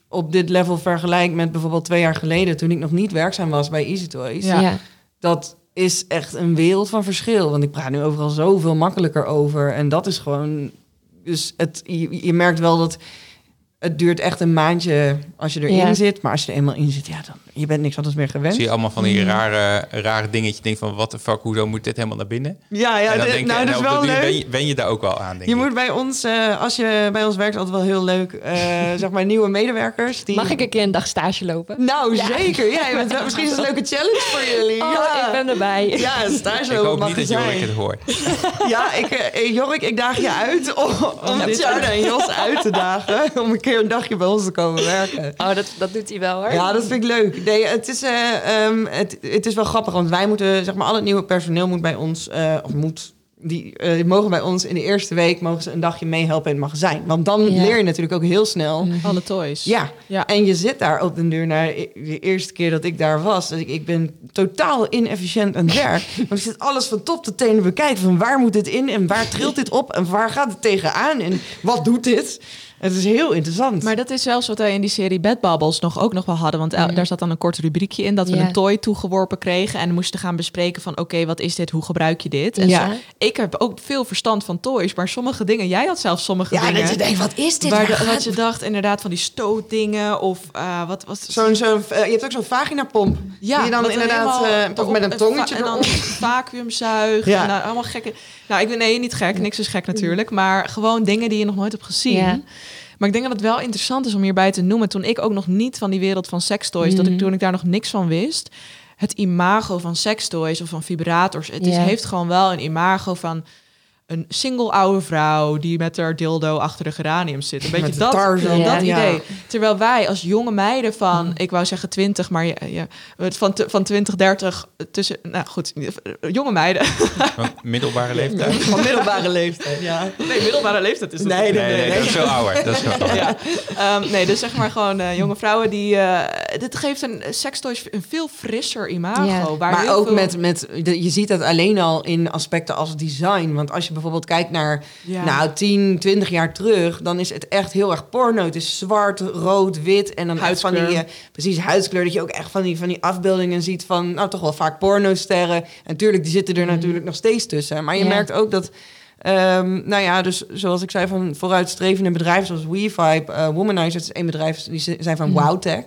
op dit level vergelijk met bijvoorbeeld twee jaar geleden... toen ik nog niet werkzaam was bij Easy Toys... Ja. Ja. dat is echt een wereld van verschil. Want ik praat nu overal zoveel makkelijker over. En dat is gewoon... Dus het, je, je merkt wel dat... Het duurt echt een maandje als je erin Ja. zit. Maar als je er eenmaal in zit, ja, dan je bent niks anders meer gewend. Zie je allemaal van die rare, rare dingetjes. Je denkt van, wat de fuck, hoezo moet dit helemaal naar binnen? Ja, ja en dan dit- denk je, nou, dat is op de wel duur leuk. Ben je, ben je daar ook wel aan, denk Je ik. moet bij ons, uh, als je bij ons werkt, altijd wel heel leuk, uh, zeg maar nieuwe medewerkers. Die... Mag ik een keer een dag stage lopen? Nou, zeker. Ja, je bent wel, misschien is het een leuke challenge voor jullie. Oh, ja. ik ben erbij. Ja, een stage Ik hoop mag niet het dat Jorik zijn. het hoort. Ja, ik, uh, Jorik, ik daag je uit om, om Tjarda en Jos uit te dagen. Om een keer een dagje bij ons te komen werken. Oh, dat, dat doet hij wel hoor. Ja, dat vind ik leuk. Nee, het is, uh, um, het, het is wel grappig, want wij moeten, zeg maar, al het nieuwe personeel moet bij ons, uh, of moet, die, uh, die mogen bij ons in de eerste week, mogen ze een dagje meehelpen in het magazijn. Want dan Ja. leer je natuurlijk ook heel snel. Alle toys. Ja. Ja. En je zit daar op den duur, naar de eerste keer dat ik daar was. Dus ik, ik ben totaal inefficiënt aan het werk. Want ik zit alles van top tot teen te bekijken. Van waar moet dit in en waar trilt dit op en waar gaat het tegenaan en wat doet dit? Het is heel interessant. Maar dat is zelfs wat wij in die serie Bad Bubbles nog ook nog wel hadden. Want el- daar zat dan een kort rubriekje in dat we Ja. een toy toegeworpen kregen. En moesten gaan bespreken van oké, wat is dit? Hoe gebruik je dit? En Ja. zo- ik heb ook veel verstand van toys. Maar sommige dingen, jij had zelfs sommige ja, dingen. dat je denkt, wat is dit? Waar de, Waar wat gaat- je dacht inderdaad van die stootdingen of uh, wat was Zo'n, zo'n, uh, je hebt ook zo'n vaginapomp. ja, die je dan wat inderdaad helemaal uh, toch op- met een tongetje en dan erop. vacuümzuig Ja. en dan allemaal gekke. Nou, ik ben nee niet gek, niks is gek natuurlijk, maar gewoon dingen die je nog nooit hebt gezien. Ja. Maar ik denk dat het wel interessant is om hierbij te noemen. Toen ik ook nog niet van die wereld van sextoys, dat ik toen ik daar nog niks van wist, het imago van sextoys of van vibrators, het is, Ja. heeft gewoon wel een imago van een single oude vrouw die met haar dildo achter de geranium zit. Een beetje Met de dat, Tarzan. dat Ja. idee. Terwijl wij als jonge meiden van, ik wou zeggen twintig, maar ja, ja, van, t- van twintig, dertig tussen, nou goed, jonge meiden. Van middelbare leeftijd. Van middelbare leeftijd, ja. Nee, middelbare leeftijd is dat. Nee, Nee, nee, dat is veel ouder. Dat is veel ouder. Ja, Ehm, nee, dus zeg maar gewoon uh, jonge vrouwen die... Uh, dit geeft een sextoys een veel frisser imago. Ja. Waar Maar heel ook veel... met, met de, je ziet dat alleen al in aspecten als design. Want als je bijvoorbeeld kijkt naar Ja. nou, tien, twintig jaar terug, dan is het echt heel erg porno. Het is zwart, rood, wit en dan echt van die, Huidskleur. uh, precies huidskleur, dat je ook echt van die, van die afbeeldingen ziet van, nou toch wel vaak pornosterren. En natuurlijk, die zitten er natuurlijk nog steeds tussen. Maar je Ja. merkt ook dat, um, nou ja, dus zoals ik zei, van vooruitstrevende bedrijven zoals WeVibe, uh, Womanizer, dat is één bedrijf, die z- zijn van Wowtech.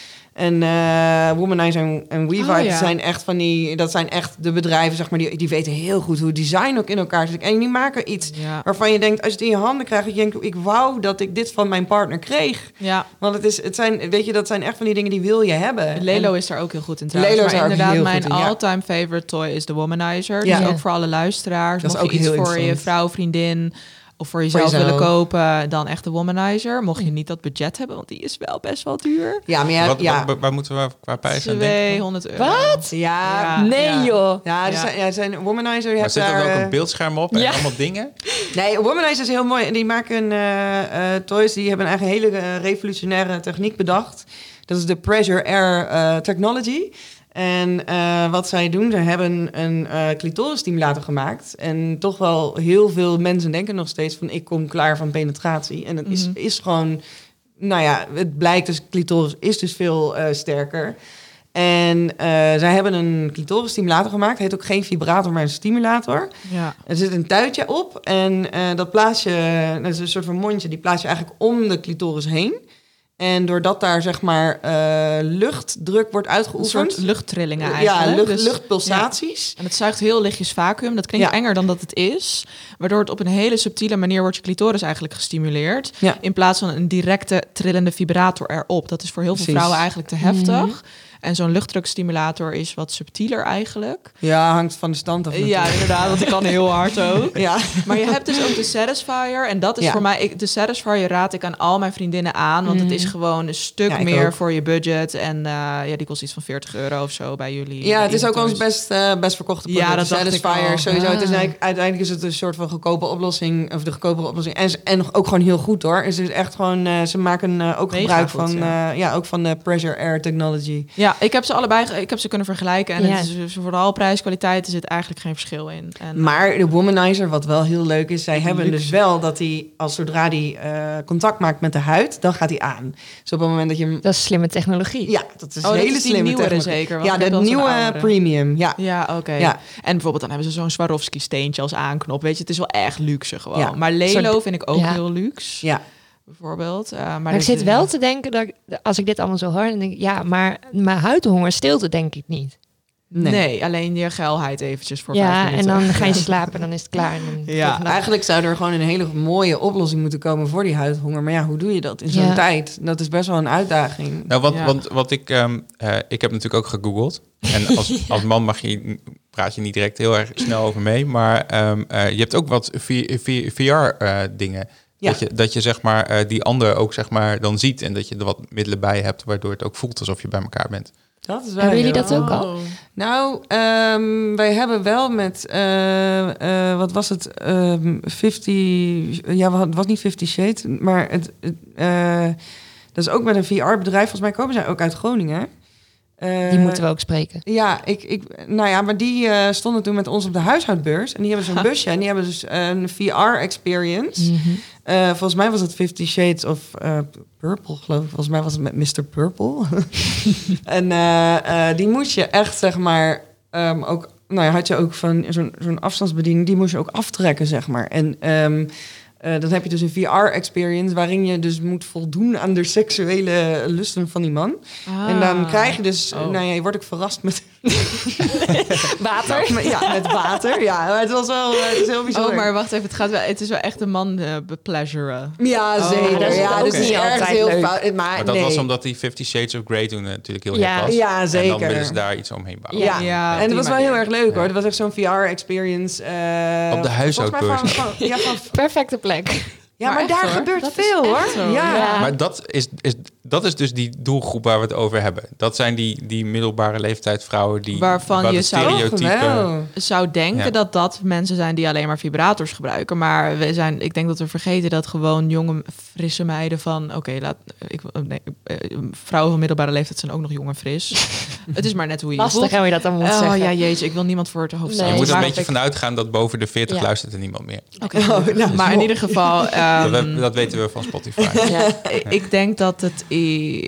En uh, Womanizer en, en WeVibe Oh, ja. zijn echt van die, dat zijn echt de bedrijven, zeg maar, die, die weten heel goed hoe design ook in elkaar zit. En die maken iets Ja. waarvan je denkt, als je het in je handen krijgt, dat je denkt, ik wou dat ik dit van mijn partner kreeg. Ja, Want het is, het zijn, weet je, dat zijn echt van die dingen die wil je hebben. Lelo En- is daar ook heel goed in trouwens. Lelo is maar daar ook inderdaad, heel mijn goed in, ja. all-time favorite toy is de Womanizer. Ja. Dus Ja. ook voor alle luisteraars. Dat is Mocht je ook iets heel voor je interessant. vrouw, vriendin of voor jezelf, jezelf. willen kopen, dan echt de Womanizer. Mocht je niet dat budget hebben, want die is wel best wel duur. Ja, maar ja, Wat, ja. wat- waar moeten we qua prijs aan denken? tweehonderd euro. Wat? ja, Ja. Nee ja. joh. Ja, er Ja. zijn, ja, er zijn Womanizer. Je Maar hebt zit er daar, dan ook eh, een beeldscherm op en Ja. allemaal dingen? Nee, Womanizer is heel mooi. En die maken eh, eh, toys. Die hebben een eigen hele eh, revolutionaire techniek bedacht. Dat is de Pressure Air eh, Technology. En eh, wat zij doen, ze hebben een uh, clitorisstimulator gemaakt. En toch wel heel veel mensen denken nog steeds van, ik kom klaar van penetratie. En het is, Mhm. is gewoon, nou ja, het blijkt dus, clitoris is dus veel eh, sterker. En eh, zij hebben een clitorisstimulator gemaakt. Heet ook geen vibrator, maar een stimulator. Ja. Er zit een tuitje op en eh, dat plaats je, dat is een soort van mondje, die plaats je eigenlijk om de clitoris heen. En doordat daar zeg maar eh, luchtdruk wordt Een uitgeoefend. soort luchttrillingen ja, eigenlijk. lucht, Dus- luchtpulsaties. En het zuigt heel lichtjes vacuüm. Dat klinkt Ja. enger dan dat het is. Waardoor het op een hele subtiele manier wordt je clitoris eigenlijk gestimuleerd. Ja. In plaats van een directe trillende vibrator erop. Dat is voor heel veel Precies. vrouwen eigenlijk te heftig. En zo'n luchtdrukstimulator is wat subtieler eigenlijk. Ja, hangt van de stand af. Ja, natuurlijk. inderdaad, want die kan heel hard ook. Ja. Maar je hebt dus ook de Satisfyer. En dat is Ja. voor mij... Ik, de Satisfyer raad ik aan al mijn vriendinnen aan. Want het is gewoon een stuk Ja, ik meer ook. voor je budget. En uh, ja, die kost iets van veertig euro of zo bij jullie. Ja, het is Easy ook ons Toys. best, uh, best verkochte product. Ja, dat De dacht ik Satisfyer al. sowieso. Ah. Het is eigenlijk, uiteindelijk is het een soort van goedkope oplossing. Of de goedkope oplossing. En, en nog ook gewoon heel goed hoor. Het is echt gewoon, uh, ze maken uh, ook Mega gebruik goed, van, ja. uh, ja, ook van de Pressure Air Technology. Ja, Ja, ik heb ze allebei ge- ik heb ze kunnen vergelijken. En Ja. het is vooral prijs-kwaliteit, er zit eigenlijk geen verschil in. En, Maar de womanizer, wat wel heel leuk is, zij hebben luxe. dus wel dat hij, als zodra hij uh, contact maakt met de huid, dan gaat hij aan. Dus op het moment dat je hem... Dat is slimme technologie. Ja, dat is Oh, dat hele is die slimme nieuwere technologie. zeker, want Ja, ik heb de wel zo'n nieuwe oudere. premium, ja. Ja, oké. Ja. En bijvoorbeeld dan hebben ze zo'n Swarovski-steentje als aanknop. Weet je, het is wel echt luxe gewoon. Ja. Maar Lelo Soort- vind ik ook ja. heel luxe, Ja, bijvoorbeeld. Uh, maar Maar ik dit- zit wel te denken, dat ik, als ik dit allemaal zo hoor, dan denk ik, ja, maar mijn huidhonger stilt het denk ik niet. nee. Nee, alleen je geilheid eventjes voor Ja, vijf en minuten. dan ga je slapen en dan is het klaar. En dan Ja, volgende dag- Eigenlijk zou er gewoon een hele mooie oplossing moeten komen voor die huidhonger. Maar ja, hoe doe je dat in zo'n Ja. tijd? Dat is best wel een uitdaging. Nou, wat, Ja. want wat ik, um, uh, ik heb natuurlijk ook gegoogeld. En als, als man mag je, praat je niet direct heel erg snel over mee. Maar um, uh, je hebt ook wat V R-dingen. Ja. Dat, je, dat je zeg maar uh, die ander ook zeg maar dan ziet. En dat je er wat middelen bij hebt, waardoor het ook voelt alsof je bij elkaar bent. Dat is wel Hebben jullie heel- dat ook al? Oh. Nou, um, wij hebben wel met, uh, uh, wat was het, um, vijftig, ja, het was niet Fifty Shades, maar het, het uh, dat is ook met een V R-bedrijf. Volgens mij komen zij ook uit Groningen. Uh, Die moeten we ook spreken. Ja, ik, ik, nou ja, maar die uh, stonden toen met ons op de huishoudbeurs. En die hebben zo'n busje en die hebben dus een V R-experience. Mm-hmm. Uh, volgens mij was het Fifty Shades of uh, Purple, geloof ik. Volgens mij was het met mister Purple. en uh, uh, die moest je echt, zeg maar, um, ook... Nou ja, had je ook van zo'n zo'n afstandsbediening, die moest je ook aftrekken, zeg maar. En um, uh, dan heb je dus een V R-experience waarin je dus moet voldoen aan de seksuele lusten van die man. Ah. En dan krijg je dus, Oh. nou ja, je wordt ook verrast met... Water? Ja, met water. Ja, maar het was wel, uh, het is heel bijzonder. Oh, maar wacht even, het, gaat wel, het is wel echt een man uh, bepleasuren. Ja, Oh, zeker. dat is ja, ook dus het is niet echt altijd heel leuk. fout. Maar, Maar dat nee. was omdat die Fifty Shades of Grey toen uh, natuurlijk heel Ja. hip was. Ja, En zeker. dan willen ze daar iets omheen bouwen. Ja, Ja, en op dat die was wel heel manier. erg leuk hoor. Ja. Dat was echt zo'n V R-experience. Uh, Op de huishoudbeurs. Van, van, ja, van, Perfecte plek. ja, maar, Maar echt, daar hoor. gebeurt Dat is veel echt hoor. zo, Ja. ja. Maar dat is, is, dat is dus die doelgroep waar we het over hebben. Dat zijn die, die middelbare leeftijd vrouwen die... Waarvan wat je de zou- stereotype... Oh, wel. Zou denken Ja. dat dat mensen zijn die alleen maar vibrators gebruiken. Maar we zijn, ik denk dat we vergeten dat gewoon jonge, frisse meiden van... Oké, okay, laat ik nee, eh, vrouwen van middelbare leeftijd zijn ook nog jong en fris. Het is maar net hoe je je Lastig voelt. hè, hoe je dat dan moet Oh zeggen. ja, jeetje, ik wil niemand voor het hoofd Nee. staan. Je moet er Maar een beetje ik- vanuit gaan dat boven de veertig Ja. luistert er niemand meer. Oké, Oh, nou, maar in smol. ieder geval... Dat, ehm, we- dat weten we van Spotify. Ja. ik denk dat het eh,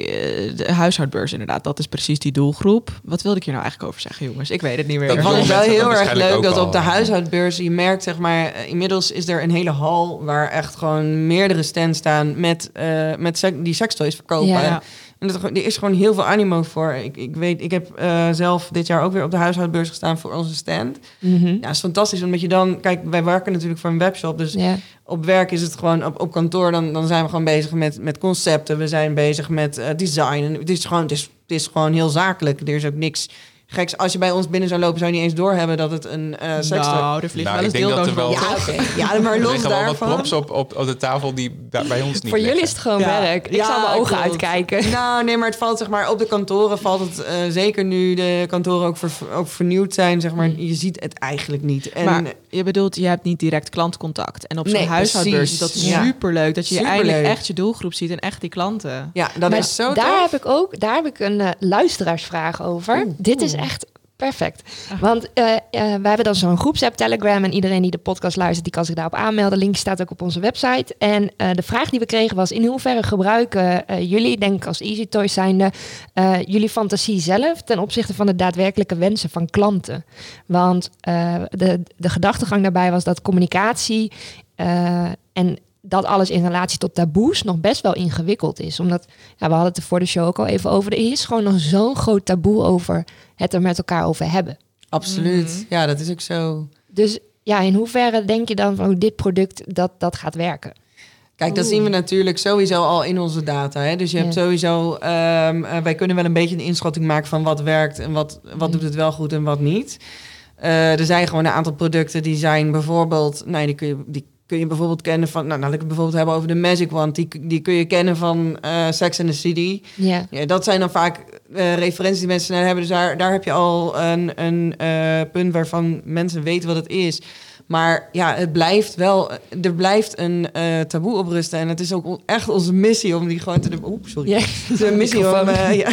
de huishoudbeurs inderdaad, dat is precies die doelgroep. Wat wilde ik hier nou eigenlijk over zeggen, jongens? Ik weet het niet meer. Dat Ik jonge vond het wel mensen heel dat erg waarschijnlijk leuk ook dat op de al. huishoudbeurs je merkt, zeg maar, eh, inmiddels is er een hele hal waar echt gewoon meerdere stands staan met, uh, met sek- die sekstoys verkopen. Ja. En dat, er is gewoon heel veel animo voor. Ik, ik weet, ik heb uh, zelf dit jaar ook weer op de huishoudbeurs gestaan voor onze stand. Mhm. Ja, dat is fantastisch, omdat je dan... Kijk, wij werken natuurlijk voor een webshop, dus Ja. op werk is het gewoon... Op, op kantoor, dan, dan zijn we gewoon bezig met, met concepten. We zijn bezig met uh, design. En het is gewoon, het is, het is gewoon heel zakelijk. Er is ook niks geks. Als je bij ons binnen zou lopen, zou je niet eens doorhebben dat het een uh, sekstoy... Nou, er vliegen Nou, wel eens ik denk dat dildo's er wel- rond. Ja, oké. Ja, maar Er los liggen wel wat daarvan... props op, op, op de tafel die bij bij ons niet Voor jullie liggen. is het gewoon Ja. werk. Ik Ja, zal mijn ogen klopt. uitkijken. Nou, nee, maar het valt zeg maar op de kantoren valt het uh, zeker nu de kantoren ook, ver, ook vernieuwd zijn, zeg maar. Je ziet het eigenlijk niet. En Maar je bedoelt, je hebt niet direct klantcontact. En op zo'n Nee, huishoudbeurs is precies. dat Ja. superleuk. Dat je Superleuk. eigenlijk echt je doelgroep ziet en echt die klanten. ja, dat Maar is zo daar tof. heb ik ook daar heb ik een uh, luisteraarsvraag over. Oeh. Dit is echt perfect. Want uh, uh, we hebben dan zo'n groepsapp Telegram en iedereen die de podcast luistert, die kan zich daarop aanmelden. Link staat ook op onze website. En uh, de vraag die we kregen was: in hoeverre gebruiken uh, jullie, denk ik als Easy Toys zijnde, uh, jullie fantasie zelf ten opzichte van de daadwerkelijke wensen van klanten? Want uh, de, de gedachtegang daarbij was dat communicatie uh, en dat alles in relatie tot taboes nog best wel ingewikkeld is. Omdat, ja, we hadden het er voor de show ook al even over. Er is gewoon nog zo'n groot taboe over het er met elkaar over hebben. Absoluut. Mhm. Ja, dat is ook zo. Dus ja, in hoeverre denk je dan van hoe dit product dat, dat gaat werken? Kijk, dat Oeh. zien we natuurlijk sowieso al in onze data. Hè? Dus je Ja. hebt sowieso... Um, uh, wij kunnen wel een beetje een inschatting maken van wat werkt en wat, wat doet het wel goed en wat niet. Uh, er zijn gewoon een aantal producten die zijn bijvoorbeeld... Nee, die kun je... Die kun je bijvoorbeeld kennen van... Nou, laat ik het bijvoorbeeld hebben over de Magic Wand. Die, die kun je kennen van uh, Sex and the City. Ja. Ja, dat zijn dan vaak uh, referenties die mensen snel hebben. Dus daar, daar heb je al een, een uh, punt waarvan mensen weten wat het is. Maar ja, het blijft wel... Er blijft een uh, taboe op rusten. En het is ook on- echt onze missie om die gewoon te... De- Oep, sorry. Ja. De missie om, uh, ja,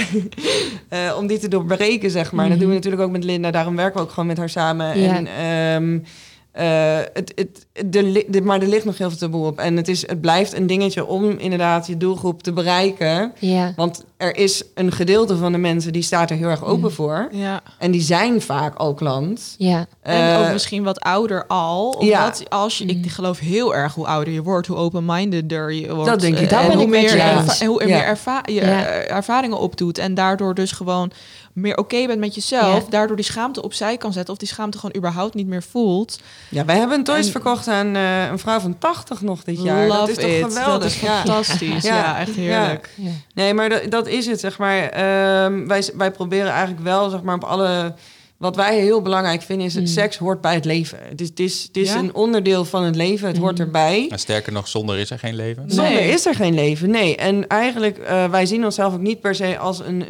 uh, om die te doorbreken, zeg maar. Mm-hmm. Dat doen we natuurlijk ook met Linda. Daarom werken we ook gewoon met haar samen. Ja. En... Um, Uh, het, het, de, de, maar er ligt nog heel veel taboe op. En het, is, het blijft een dingetje om inderdaad je doelgroep te bereiken. Ja. Want er is een gedeelte van de mensen die staat er heel erg open voor. Ja. En die zijn vaak al klant. Ja. En Uh, ook misschien wat ouder al. Omdat ja. als je, ik geloof heel erg hoe ouder je wordt, hoe open-mindeder je wordt. Dat denk ik. Dat en ben hoe ik met meer, je erva- eens. en hoe er Ja. meer erva- je Ja. ervaringen opdoet. En daardoor dus gewoon meer oké bent met jezelf. Ja. Daardoor die schaamte opzij kan zetten. Of die schaamte gewoon überhaupt niet meer voelt. Ja, wij hebben een toys En- verkocht aan uh, een vrouw van tachtig nog dit jaar. Love dat is toch it. geweldig? Dat is Ja. fantastisch. Ja, Ja. echt heerlijk. Ja. Nee, maar dat, dat is het, zeg maar. Um, wij, wij proberen eigenlijk wel, zeg maar, op alle... Wat wij heel belangrijk vinden is... Mm. seks hoort bij het leven. Het is, het is, het is Ja. een onderdeel van het leven. Het Mm. hoort erbij. En sterker nog, zonder is er geen leven. Zonder Nee. is er geen leven, nee. En eigenlijk, uh, wij zien onszelf ook niet per se als een... Uh,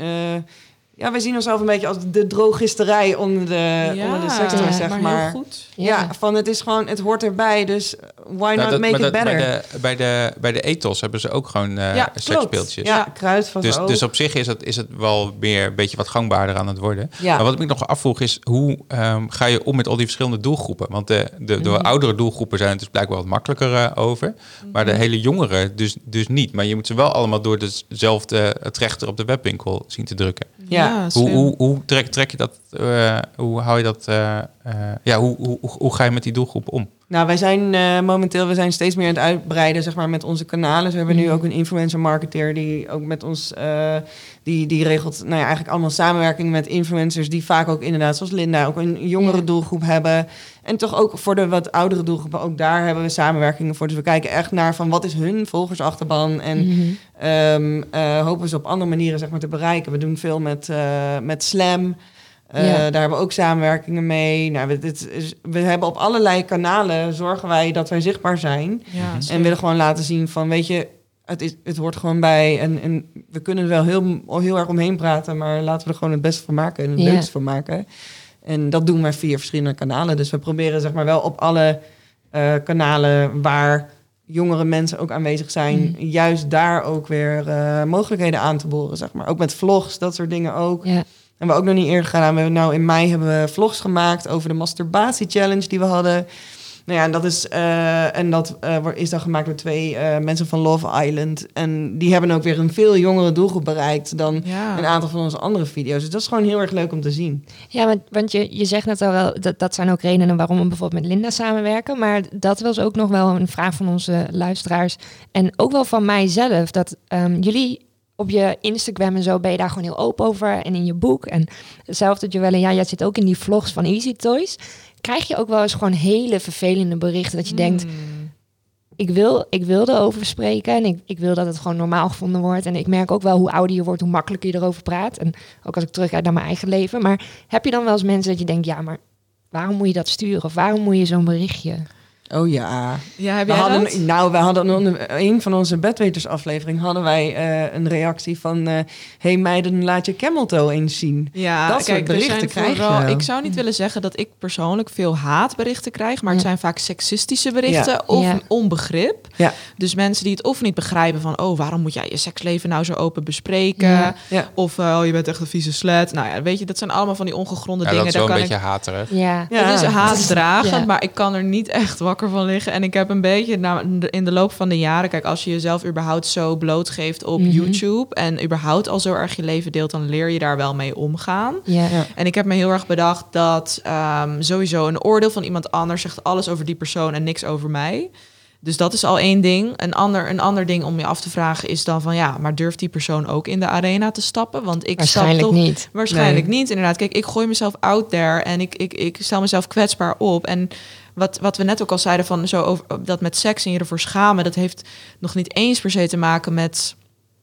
ja, wij zien onszelf een beetje als de drogisterij onder de, Ja, onder de sector, zeg maar. maar heel goed. Ja. Ja. van het is gewoon, het hoort erbij, dus why Nou, not dat- make maar it dat- better? Bij de, bij, de, bij de ethos hebben ze ook gewoon uh, ja, seksspeeltjes. Ja, kruidvat Dus, ook. dus op zich is het, is het wel meer een beetje wat gangbaarder aan het worden. Ja. Maar wat ik me nog afvroeg is, hoe um, ga je om met al die verschillende doelgroepen? Want de, de, de Mhm. oudere doelgroepen zijn het dus blijkbaar wat makkelijker uh, over. Maar de hele jongeren dus, dus niet. Maar je moet ze wel allemaal door dezelfde trechter op de webwinkel zien te drukken. Ja. Hoe, slim. hoe, hoe trek, trek je dat, uh, hoe hou je dat, uh, uh, ja, hoe, hoe, hoe ga je met die doelgroep om? Nou, wij zijn uh, momenteel, we zijn steeds meer aan het uitbreiden, zeg maar, met onze kanalen. Dus we hebben nu ook een influencer marketeer die ook met ons, uh, die, die regelt, nou ja, eigenlijk allemaal samenwerking met influencers die vaak ook inderdaad, zoals Linda, ook een jongere Ja. doelgroep hebben. En toch ook voor de wat oudere doelgroepen, ook daar hebben we samenwerkingen voor. Dus we kijken echt naar van wat is hun volgersachterban en Mm-hmm. um, uh, hopen ze op andere manieren, zeg maar, te bereiken. We doen veel met, uh, met Slam. Uh, Ja. Daar hebben we ook samenwerkingen mee. Nou, we, dit is, we hebben op allerlei kanalen zorgen wij dat wij zichtbaar zijn. Ja, En willen gewoon laten zien van, weet je, het, is, het hoort gewoon bij. En, en we kunnen er wel heel, heel erg omheen praten, maar laten we er gewoon het beste van maken en het Ja. leukste van maken. En dat doen wij via verschillende kanalen. Dus we proberen zeg maar wel op alle uh, kanalen waar jongere mensen ook aanwezig zijn, Mm. juist daar ook weer uh, mogelijkheden aan te boren, zeg maar. Ook met vlogs, dat soort dingen ook. Ja. En we ook nog niet eerder gedaan. We hebben nou in mei hebben we vlogs gemaakt over de masturbatie challenge die we hadden. Nou ja, en dat is uh, en dat uh, is dan gemaakt door twee uh, mensen van Love Island. En die hebben ook weer een veel jongere doelgroep bereikt dan Ja. een aantal van onze andere video's. Dus dat is gewoon heel erg leuk om te zien. Ja, want, want je, je zegt net al wel, dat, dat zijn ook redenen waarom we bijvoorbeeld met Linda samenwerken. Maar dat was ook nog wel een vraag van onze luisteraars. En ook wel van mijzelf, dat um, jullie op je Instagram en zo ben je daar gewoon heel open over. En in je boek. En hetzelfde Joelle, ja, jij zit ook in die vlogs van Easy Toys. Krijg je ook wel eens gewoon hele vervelende berichten dat je denkt, Hmm. ik wil, ik wil erover spreken en ik, ik wil dat het gewoon normaal gevonden wordt. En ik merk ook wel hoe ouder je wordt, hoe makkelijker je erover praat. En ook als ik terugkijk naar mijn eigen leven. Maar heb je dan wel eens mensen dat je denkt, ja, maar waarom moet je dat sturen? Of waarom moet je zo'n berichtje? Oh ja. Ja, heb We jij hadden, dat? nou, we hadden onder een van onze bedweters aflevering hadden wij uh, een reactie van, uh, hey meiden, laat je cameltoe eens zien. Ja, Dat soort kijk, er berichten zijn krijg je vooral- wel. Ik zou niet willen zeggen dat ik persoonlijk veel haatberichten krijg, maar het Ja. zijn vaak seksistische berichten Ja. of Ja. een onbegrip. Ja. Dus mensen die het of niet begrijpen van, oh, waarom moet jij je seksleven nou zo open bespreken? Ja. Ja. Of, uh, oh, je bent echt een vieze slet. Nou ja, weet je, dat zijn allemaal van die ongegronde Ja, dingen. dat is wel Daar een kan beetje haterig. Ja, Ja. Het is haatdragend, Ja. maar ik kan er niet echt wakker van liggen. En ik heb een beetje nou, in de loop van de jaren, kijk, als je jezelf überhaupt zo blootgeeft op Mhm. YouTube en überhaupt al zo erg je leven deelt, dan leer je daar wel mee omgaan. ja. Ja. En ik heb me heel erg bedacht dat um, sowieso een oordeel van iemand anders zegt alles over die persoon en niks over mij. Dus dat is al één ding. Een ander, een ander ding om je af te vragen is dan van, ja, maar durft die persoon ook in de arena te stappen? Want ik Waarschijnlijk stap toch niet. Waarschijnlijk Nee. niet, inderdaad. Kijk, ik gooi mezelf out there en ik, ik, ik stel mezelf kwetsbaar op. En wat, wat we net ook al zeiden van zo over dat met seks en je ervoor schamen, dat heeft nog niet eens per se te maken met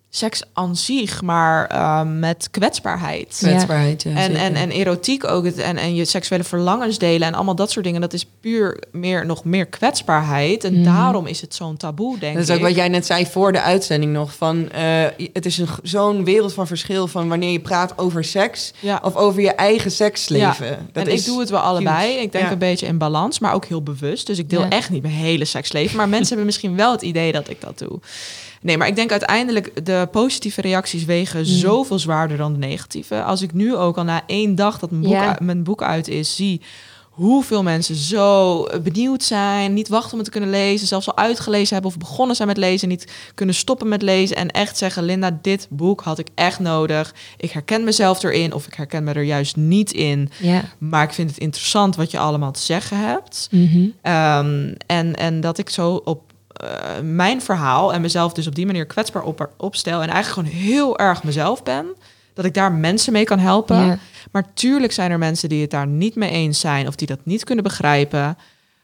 seks aan zich, maar uh, met kwetsbaarheid. Kwetsbaarheid, ja, en, zeker. en, en erotiek ook. Het, en, en je seksuele verlangens delen en allemaal dat soort dingen. Dat is puur meer, nog meer kwetsbaarheid. En Mhm. daarom is het zo'n taboe, denk ik. Dat is ook wat jij net zei voor de uitzending nog. Van, uh, het is een, zo'n wereld van verschil van wanneer je praat over seks Ja. of over je eigen seksleven. Ja. Dat en is ik doe het wel allebei. huge. Ik denk Ja. een beetje in balans, maar ook heel bewust. Dus ik deel Ja. echt niet mijn hele seksleven. Maar mensen hebben misschien wel het idee dat ik dat doe. Nee, maar ik denk uiteindelijk de positieve reacties wegen Mm. zoveel zwaarder dan de negatieve. Als ik nu ook al na één dag dat mijn boek, Ja. uit, mijn boek uit is, zie hoeveel mensen zo benieuwd zijn, niet wachten om het te kunnen lezen, zelfs al uitgelezen hebben of begonnen zijn met lezen, niet kunnen stoppen met lezen en echt zeggen, Linda, dit boek had ik echt nodig. Ik herken mezelf erin of ik herken me er juist niet in. Ja. Maar ik vind het interessant wat je allemaal te zeggen hebt. Mhm. Um, en, en dat ik zo op uh, mijn verhaal en mezelf dus op die manier kwetsbaar op, opstel en eigenlijk gewoon heel erg mezelf ben. Dat ik daar mensen mee kan helpen. Ja. Maar tuurlijk zijn er mensen die het daar niet mee eens zijn of die dat niet kunnen begrijpen.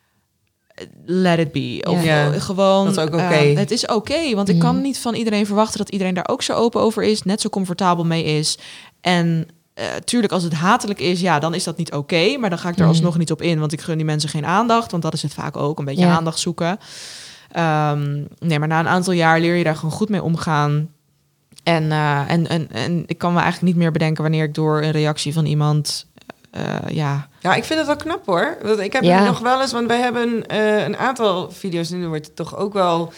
Let it be. Of Ja, gewoon. dat is ook oké. uh, het is oké, okay, want ik Mm. kan niet van iedereen verwachten dat iedereen daar ook zo open over is, net zo comfortabel mee is. En uh, tuurlijk, als het hatelijk is, ja, dan is dat niet oké. Okay, maar dan ga ik er Mm. alsnog niet op in, want ik gun die mensen geen aandacht, want dat is het vaak ook, een beetje Ja. aandacht zoeken. Um, nee, maar na een aantal jaar leer je daar gewoon goed mee omgaan. En, uh, en, en, en ik kan me eigenlijk niet meer bedenken wanneer ik door een reactie van iemand, uh, ja... Ja, ik vind het wel knap hoor. Want ik heb Ja. nog wel eens, want wij hebben uh, een aantal video's en er wordt het toch ook wel.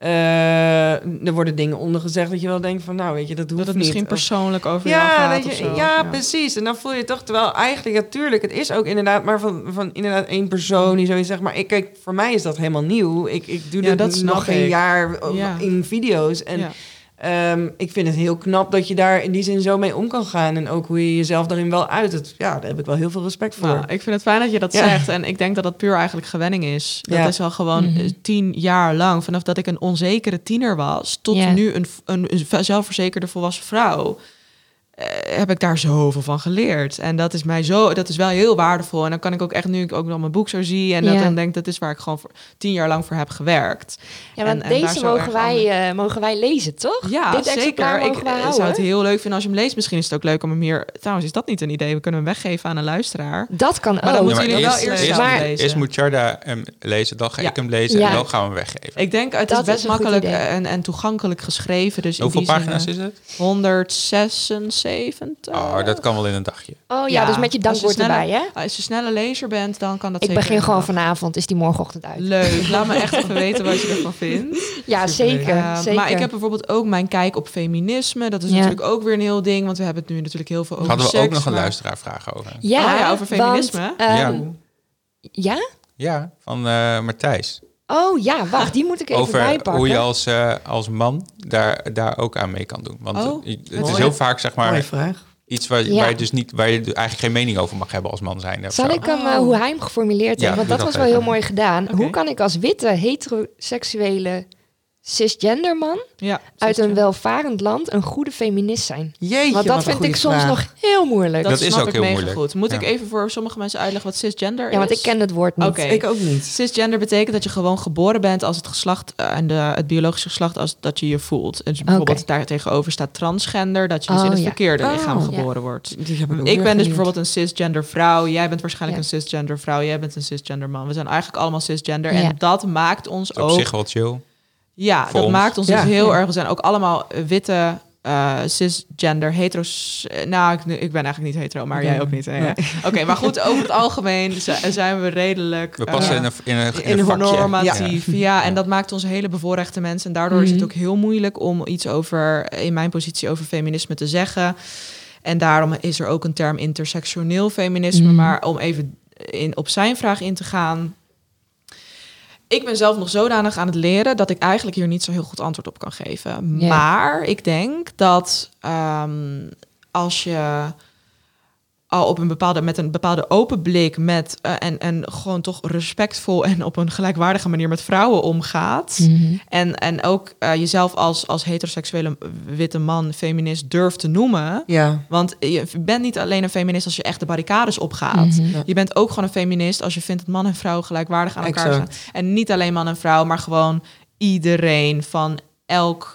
Uh, er worden dingen onder gezegd dat je wel denkt van, nou weet je, dat hoeft Dat het niet. misschien Of- persoonlijk over jou ja, gaat weet of je, zo. ja, precies. En dan voel je toch, terwijl eigenlijk natuurlijk, het is ook inderdaad maar van, van inderdaad één persoon die zoiets zegt. Maar ik kijk, voor mij is dat helemaal nieuw. Ik, ik doe Ja, dit dat snap nog een ik. jaar Ja. in video's en. Ja. Um, ik vind het heel knap dat je daar in die zin zo mee om kan gaan. En ook hoe je jezelf daarin wel uit. Het, ja, daar heb ik wel heel veel respect voor. Nou, ik vind het fijn dat je dat Ja. zegt. En ik denk dat dat puur eigenlijk gewenning is. Dat Ja. is al gewoon Mhm. eh, tien jaar lang. Vanaf dat ik een onzekere tiener was... tot Ja. nu een, een, een zelfverzekerde volwassen vrouw... eh, heb ik daar zoveel van geleerd. En dat is mij zo, dat is wel heel waardevol. En dan kan ik ook echt, nu ik ook nog mijn boek zo zie... en dat Ja. dan denk ik, dat is waar ik gewoon voor tien jaar lang voor heb gewerkt. Ja, want En- en daar deze zo erg mogen wij, uh, mogen wij lezen, toch? Ja, Dit zeker. exemplaar Ik mogen wij eh, houden. zou het heel leuk vinden als je hem leest. Misschien is het ook leuk om hem hier... Trouwens, is dat niet een idee? We kunnen hem weggeven aan een luisteraar. Dat kan Maar dan ook. moeten Ja, jullie maar wel eerst eerst, zelf maar- lezen. eerst moet Charda hem lezen, dan ga Ja. ik hem lezen Ja. en dan gaan we hem weggeven. Ik denk, het Dat is best is een goed makkelijk idee. en, en toegankelijk geschreven. Dus in Hoeveel die zin, pagina's eh, is het? honderdzesenzeventig. Oh, dat kan wel in een dagje. Oh ja, dus met je als dankwoord snelle- erbij, hè? Als je snelle lezer bent, dan kan dat Ik zeker begin in gewoon een dag. vanavond, is die morgenochtend uit. Leuk, laat me echt even weten wat je ervan vindt. Ja, Superleuk. zeker, Eh, zeker. Maar ik heb bijvoorbeeld ook mijn kijk op feminisme. Dat is Ja. natuurlijk ook weer een heel ding, want we hebben het nu natuurlijk heel veel over Hadden we seks. ook nog een maar- luisteraarvraag over. Ja, Oh ja, over feminisme. want, ehm, Ja. ja? Ja, van uh, Martijs. Oh ja, wacht, die moet ik even Over bijpakken. hoe je als, uh, als man daar, daar ook aan mee kan doen. Want Oh, het het mooi. is heel vaak zeg Mooie maar vraag. iets waar, Ja. waar je dus niet, waar je eigenlijk geen mening over mag hebben als man zijn. of Zal zo. ik hem, uh, Oh. hoe hij hem geformuleerd Ja, heeft, want doe dat was dat wel heel even. mooi gedaan. Oké. Hoe kan ik als witte, heteroseksuele, cisgender man Ja, uit een welvarend land een goede feminist zijn? Jeetje, Want wat dat een vind goede ik soms vraag. nog heel moeilijk. dat, Dat is snap ook ik heel mega moeilijk. goed. Moet Ja. ik even voor sommige mensen uitleggen wat cisgender Ja, want is? ik ken het woord niet. Oké. Ik ook niet. Cisgender betekent dat je gewoon geboren bent als het geslacht uh, en de, het biologische geslacht als dat je je voelt. En dus bijvoorbeeld daar tegenover staat transgender, dat je dus Oh, in het ja. verkeerde Oh, lichaam ja. geboren wordt. Die heb ook Ik weer ben dus geleerd. bijvoorbeeld een cisgender vrouw. Jij bent waarschijnlijk Ja. een cisgender vrouw. Jij bent een cisgender man. We zijn eigenlijk allemaal cisgender. Ja. En dat maakt ons Dat is ook... op zich wel chill. Ja, voor dat ons. maakt ons Ja. dus heel Ja. erg... We zijn ook allemaal witte, uh, cisgender, hetero's... Nou, ik, ik ben eigenlijk niet hetero, maar Nee. jij ook niet. Hè? Oké, maar goed, over het algemeen z- zijn we redelijk... We passen uh, in een, in een, in in een vakje. normatief. Ja. Ja. en dat maakt ons hele bevoorrechte mensen. En daardoor is het Mhm. ook heel moeilijk om iets over, in mijn positie, over feminisme te zeggen. En daarom is er ook een term intersectioneel feminisme. Mhm. Maar om even in, op zijn vraag in te gaan. Ik ben zelf nog zodanig aan het leren dat ik eigenlijk hier niet zo heel goed antwoord op kan geven. Ja. Maar ik denk dat um, als je al op een bepaalde, met een bepaalde open blik met uh, en, en gewoon toch respectvol en op een gelijkwaardige manier met vrouwen omgaat. Mhm. En, en ook uh, jezelf als, als heteroseksuele witte man, feminist durft te noemen. Ja. Want je bent niet alleen een feminist als je echt de barricades opgaat. Mhm. Ja. Je bent ook gewoon een feminist als je vindt dat man en vrouw gelijkwaardig aan elkaar Exact. zijn. En niet alleen man en vrouw, maar gewoon iedereen van elk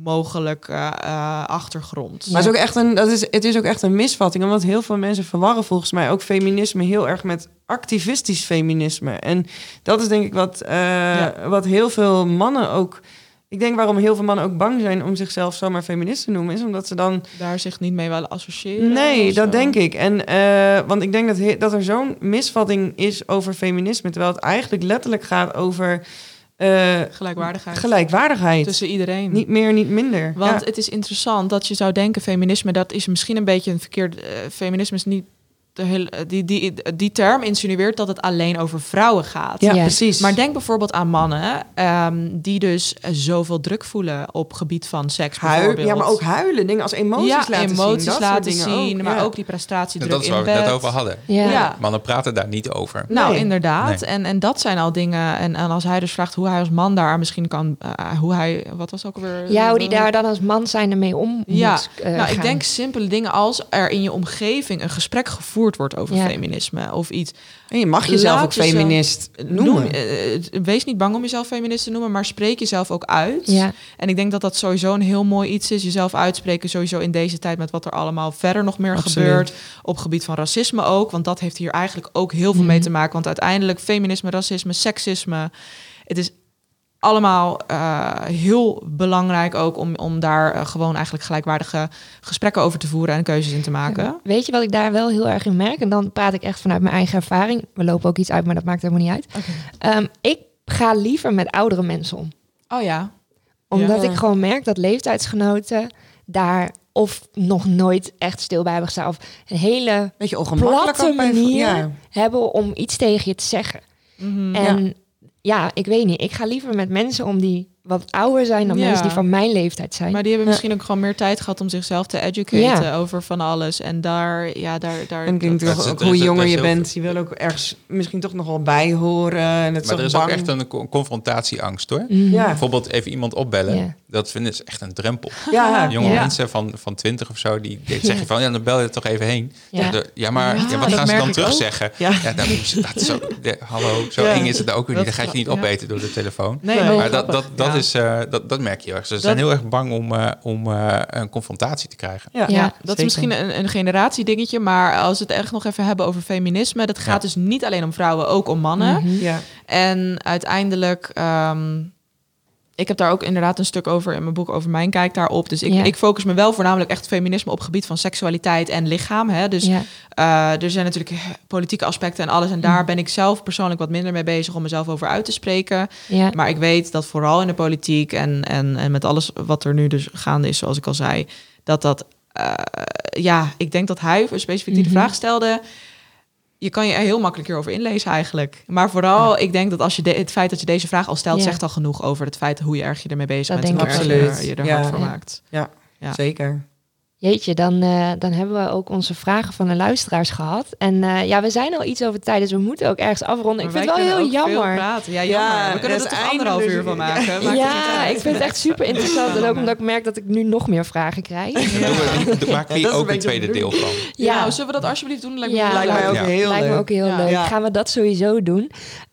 mogelijke uh, achtergrond. Maar het is ook echt een, dat is, het is ook echt een misvatting. Omdat heel veel mensen verwarren volgens mij ook feminisme heel erg met activistisch feminisme. En dat is denk ik wat, uh, ja. wat heel veel mannen ook... Ik denk waarom heel veel mannen ook bang zijn om zichzelf zomaar feminist te noemen... is omdat ze dan... daar zich niet mee willen associëren? Nee, dat denk ik. En, uh, want ik denk dat, he, dat er zo'n misvatting is over feminisme... terwijl het eigenlijk letterlijk gaat over... Uh, gelijkwaardigheid. Gelijkwaardigheid. Tussen iedereen. Niet meer, niet minder. Want ja. het is interessant dat je zou denken... feminisme, dat is misschien een beetje een verkeerd... Uh, feminisme is niet... De hele, die, die, die term insinueert dat het alleen over vrouwen gaat. Ja, ja. precies. Maar denk bijvoorbeeld aan mannen... Um, die dus zoveel druk voelen op gebied van seks Huil, bijvoorbeeld. Ja, maar ook huilen. Dingen als emoties ja, laten emoties zien. Dat laten soort dingen zien, ook. maar ja. ook die prestatiedruk in bed. Dat is waar we het net over hadden. Ja. Ja. Mannen praten daar niet over. Nou, Nee. inderdaad. Nee. En, en dat zijn al dingen. En, en als hij dus vraagt hoe hij als man daar misschien kan... Uh, hoe hij... Wat was ook alweer? Ja, hoe die daar dan als man zijn ermee om Ja, moet uh, nou, gaan. ik denk simpele dingen als er in je omgeving een gesprek gevoerd wordt over Ja. feminisme of iets. En je mag jezelf Laat ook jezelf- feminist noemen. Noem, uh, wees niet bang om jezelf feminist te noemen, maar spreek jezelf ook uit. Ja. En ik denk dat dat sowieso een heel mooi iets is. Jezelf uitspreken, sowieso in deze tijd met wat er allemaal verder nog meer Absoluut. gebeurt. Op gebied van racisme ook, want dat heeft hier eigenlijk ook heel veel Mhm. mee te maken. Want uiteindelijk feminisme, racisme, seksisme, het is allemaal uh, heel belangrijk ook om, om daar uh, gewoon eigenlijk gelijkwaardige gesprekken over te voeren en keuzes in te maken. Weet je wat ik daar wel heel erg in merk? En dan praat ik echt vanuit mijn eigen ervaring. We lopen ook iets uit, maar dat maakt helemaal niet uit. Okay. Um, ik ga liever met oudere mensen om. Oh ja. Omdat Ja. ik gewoon merk dat leeftijdsgenoten daar of nog nooit echt stil bij hebben gestaan. Of een hele Beetje ongemakkelijk platte ook bij- manier ja. hebben om iets tegen je te zeggen. Mm-hmm. En ja. ja, ik weet niet. Ik ga liever met mensen om die wat ouder zijn dan Ja. mensen die van mijn leeftijd zijn. Maar die hebben misschien ook gewoon meer tijd gehad om zichzelf te educaten Ja. over van alles. En daar, ja, daar, daar. En ik denk Dat toch is- ook dat hoe is- jonger dat is je heel bent, je wil ook ergens misschien toch nog wel bij horen. En het Maar er zo is bang. ook echt een co- confrontatieangst hoor. Mhm. Ja. Bijvoorbeeld even iemand opbellen. Ja. Dat vinden ze echt een drempel. Ja, Jonge Ja. mensen van, van twintig of zo, die, die zeg je van, ja, dan bel je er toch even heen. Ja. De- ja, maar Ja, ja, wat dat gaan ze merk dan ik terug ook. zeggen? Ja. Ja, dan, dat is ook, de, hallo, zo Ja. eng is het ook weer niet. Dat Dan ga je het niet ja. opeten door de telefoon. Nee, Nee. maar Maar dat, grappig. dat, dat, Ja. is, uh, dat, dat merk je heel erg. Ze zijn heel erg bang om, uh, om uh, een confrontatie te krijgen. Ja, Ja, Ja, dat zeker. is misschien een, een generatiedingetje, maar als we het echt nog even hebben over feminisme, dat gaat Ja. dus niet alleen om vrouwen, ook om mannen. Mhm. Ja. En uiteindelijk, um, ik heb daar ook inderdaad een stuk over in mijn boek over mijn kijk daarop. Dus ik, Ja. ik focus me wel voornamelijk echt feminisme op gebied van seksualiteit en lichaam. Hè? Dus Ja. uh, er zijn natuurlijk politieke aspecten en alles. En daar ben ik zelf persoonlijk wat minder mee bezig om mezelf over uit te spreken. Ja. Maar ik weet dat vooral in de politiek en, en, en met alles wat er nu dus gaande is, zoals ik al zei, dat dat, uh, ja, ik denk dat hij specifiek die de Mhm. vraag stelde, je kan je er heel makkelijk hierover inlezen eigenlijk. Maar vooral, ja. ik denk dat als je de, het feit dat je deze vraag al stelt, Ja. zegt al genoeg over het feit hoe je erg je ermee bezig Dat bent. En denk hoe ik erg ook. je, je er Ja. hard voor Ja. maakt. Ja, Ja. zeker. Jeetje, dan, uh, dan hebben we ook onze vragen van de luisteraars gehad. En uh, ja, we zijn al iets over tijd, dus we moeten ook ergens afronden. Maar ik vind wij het wel kunnen heel ook veel jammer. praten. Ja, Ja, jammer. We kunnen dat er is toch anderhalf eindeloos. uur van maken. Maakt het niet Ja, uit. ik vind het echt super interessant. En ook omdat ik merk dat ik nu nog meer vragen krijg. Dan doen we- dan maken we Ja, dat hier is ook een een beetje tweede de deel van. Ja, Ja. zullen we dat alsjeblieft doen? Lijkt me Ja, heel Lijkt leuk. mij ook Ja. heel Lijkt me leuk. ook heel Ja. leuk. Ja. Gaan we dat sowieso doen.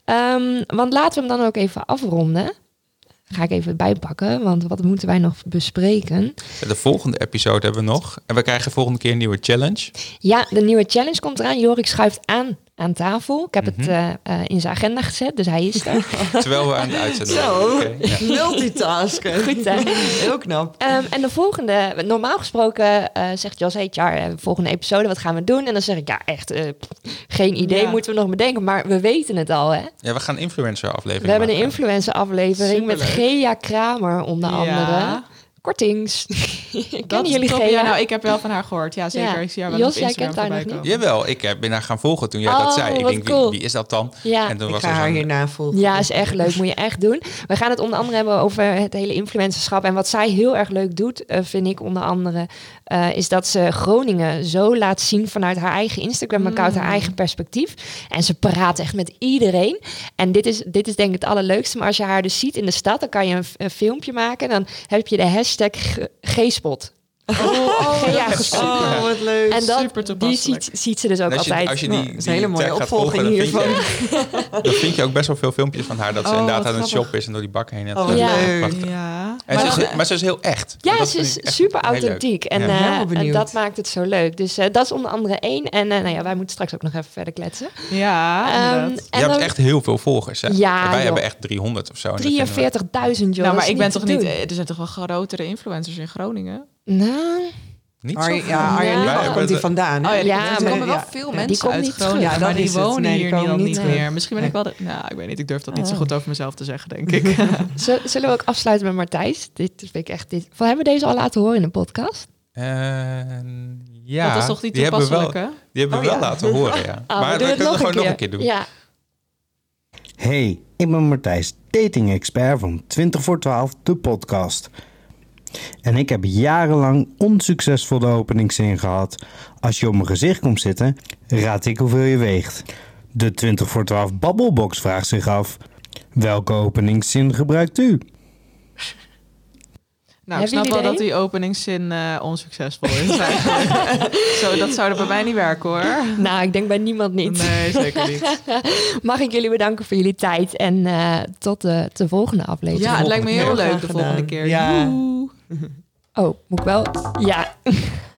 Um, want laten we hem dan ook even afronden. Ga ik even bijpakken, want wat moeten wij nog bespreken? De volgende episode hebben we nog. En we krijgen volgende keer een nieuwe challenge. Ja, de nieuwe challenge komt eraan. Jorik schuift aan aan tafel. Ik heb Mhm. het uh, uh, in zijn agenda gezet, dus hij is er. Terwijl we aan het uitzenden zijn. Zo, Oké, ja. multitasken. Goed, hè? Heel knap. Um, en de volgende, normaal gesproken uh, zegt Jos, hey Char, uh, volgende episode, wat gaan we doen? En dan zeg ik, ja, echt, uh, geen idee, Ja. moeten we nog bedenken. Maar we weten het al, hè? Ja, we gaan een influencer aflevering We hebben een maken. influencer aflevering met Superleuk. Gea Kramer onder Ja. andere. Kortings. Dat Kennen is jullie top. Gea? Ja, nou, ik heb wel van haar gehoord. Ja, zeker. Ja. Ik zie haar wel Jos, op jij Instagram kent haar voorbij nog komen. Jawel, ik heb- ben haar gaan volgen toen jij Oh, dat zei. Ik wat denk, cool. wie, wie is dat dan? Ja. En toen Ik was ga er haar zo'n- hierna volgen. Ja, is echt leuk. Moet je echt doen. We gaan het onder andere hebben over het hele influencerschap. En wat zij heel erg leuk doet, uh, vind ik onder andere, uh, is dat ze Groningen zo laat zien vanuit haar eigen Instagram-account, Mm. haar eigen perspectief. En ze praat echt met iedereen. En dit is, dit is denk ik het allerleukste. Maar als je haar dus ziet in de stad, dan kan je een, een filmpje maken. Dan heb je de hashtag G- G-spot. Oh, oh, Ja, dat is super. Oh, wat leuk. En dat, super die toepasselijk. ziet, ziet ze dus ook En als je, altijd. als je Nou, die, dat is die een hele mooie tag gaat opvolging volgen, dan vind, hiervan. je, dan vind je ook best wel veel filmpjes van haar. Dat ze Oh, inderdaad wat aan het grappig. shoppen is en door die bak heen. Oh, wat Ja. leuk. Prachtig. Ja. En maar, ze is, dan- heel- maar ze is heel echt. Ja, Dat ze vind is ik echt super heel leuk. authentiek. En, Ja. eh, Helemaal en benieuwd. dat maakt het zo leuk. Dus eh, dat is onder andere één. En eh, nou ja, wij moeten straks ook nog even verder kletsen. ja, Ehm, inderdaad. en Je hebt dan echt heel veel volgers, hè? Ja, Wij joh. hebben echt driehonderd of zo. En dat vinden we- drieënveertigduizend, joh. Nou, dat maar is ik ben niet toch te niet... doen. Er zijn toch wel grotere influencers in Groningen? Nou, Niet Arjen, zo ja, Arjen Ja. Lubach Wij komt hebben die de- vandaan. Hè? Oh ja, Ja, er maar- komen wel ja. veel die mensen komt uit niet Groningen, terug. Ja, dat maar die is het. wonen Nee, die hier komen dan niet niet terug. meer. Misschien ben ik Nee. wel... De, nou, ik weet niet, ik durf dat niet zo goed over mezelf te zeggen, denk ik. z- zullen we ook afsluiten met Martijs? Dit vind ik echt... Dit, van, hebben we deze al laten horen in de podcast? Eh, ja, dat is toch niet die hebben we toepasselijk, wel, hè? Die hebben we Oh, wel ja. laten horen, ja. Ah, maar we we doen het kunnen het gewoon nog keer. een keer doen. Ja. Hey, ik ben Martijs, dating-expert van twintig voor twaalf, de podcast. En ik heb jarenlang onsuccesvolle openingszin gehad. Als je op mijn gezicht komt zitten, raad ik hoeveel je weegt. De twintig voor twaalf Babbelbox vraagt zich af: welke openingszin gebruikt u? Nou, ik Hebben snap wel jullie dat die openingszin eh, onsuccesvol is eigenlijk. Zo, dat zou er bij mij niet werken, hoor. Nou, ik denk bij niemand niet. Nee, zeker niet. Mag ik jullie bedanken voor jullie tijd. En eh, tot de, de volgende aflevering. Ja, het lijkt me heel Heel leuk graag de gedaan. volgende keer. Ja. Joehoe. Oh, moet ik wel? Ja.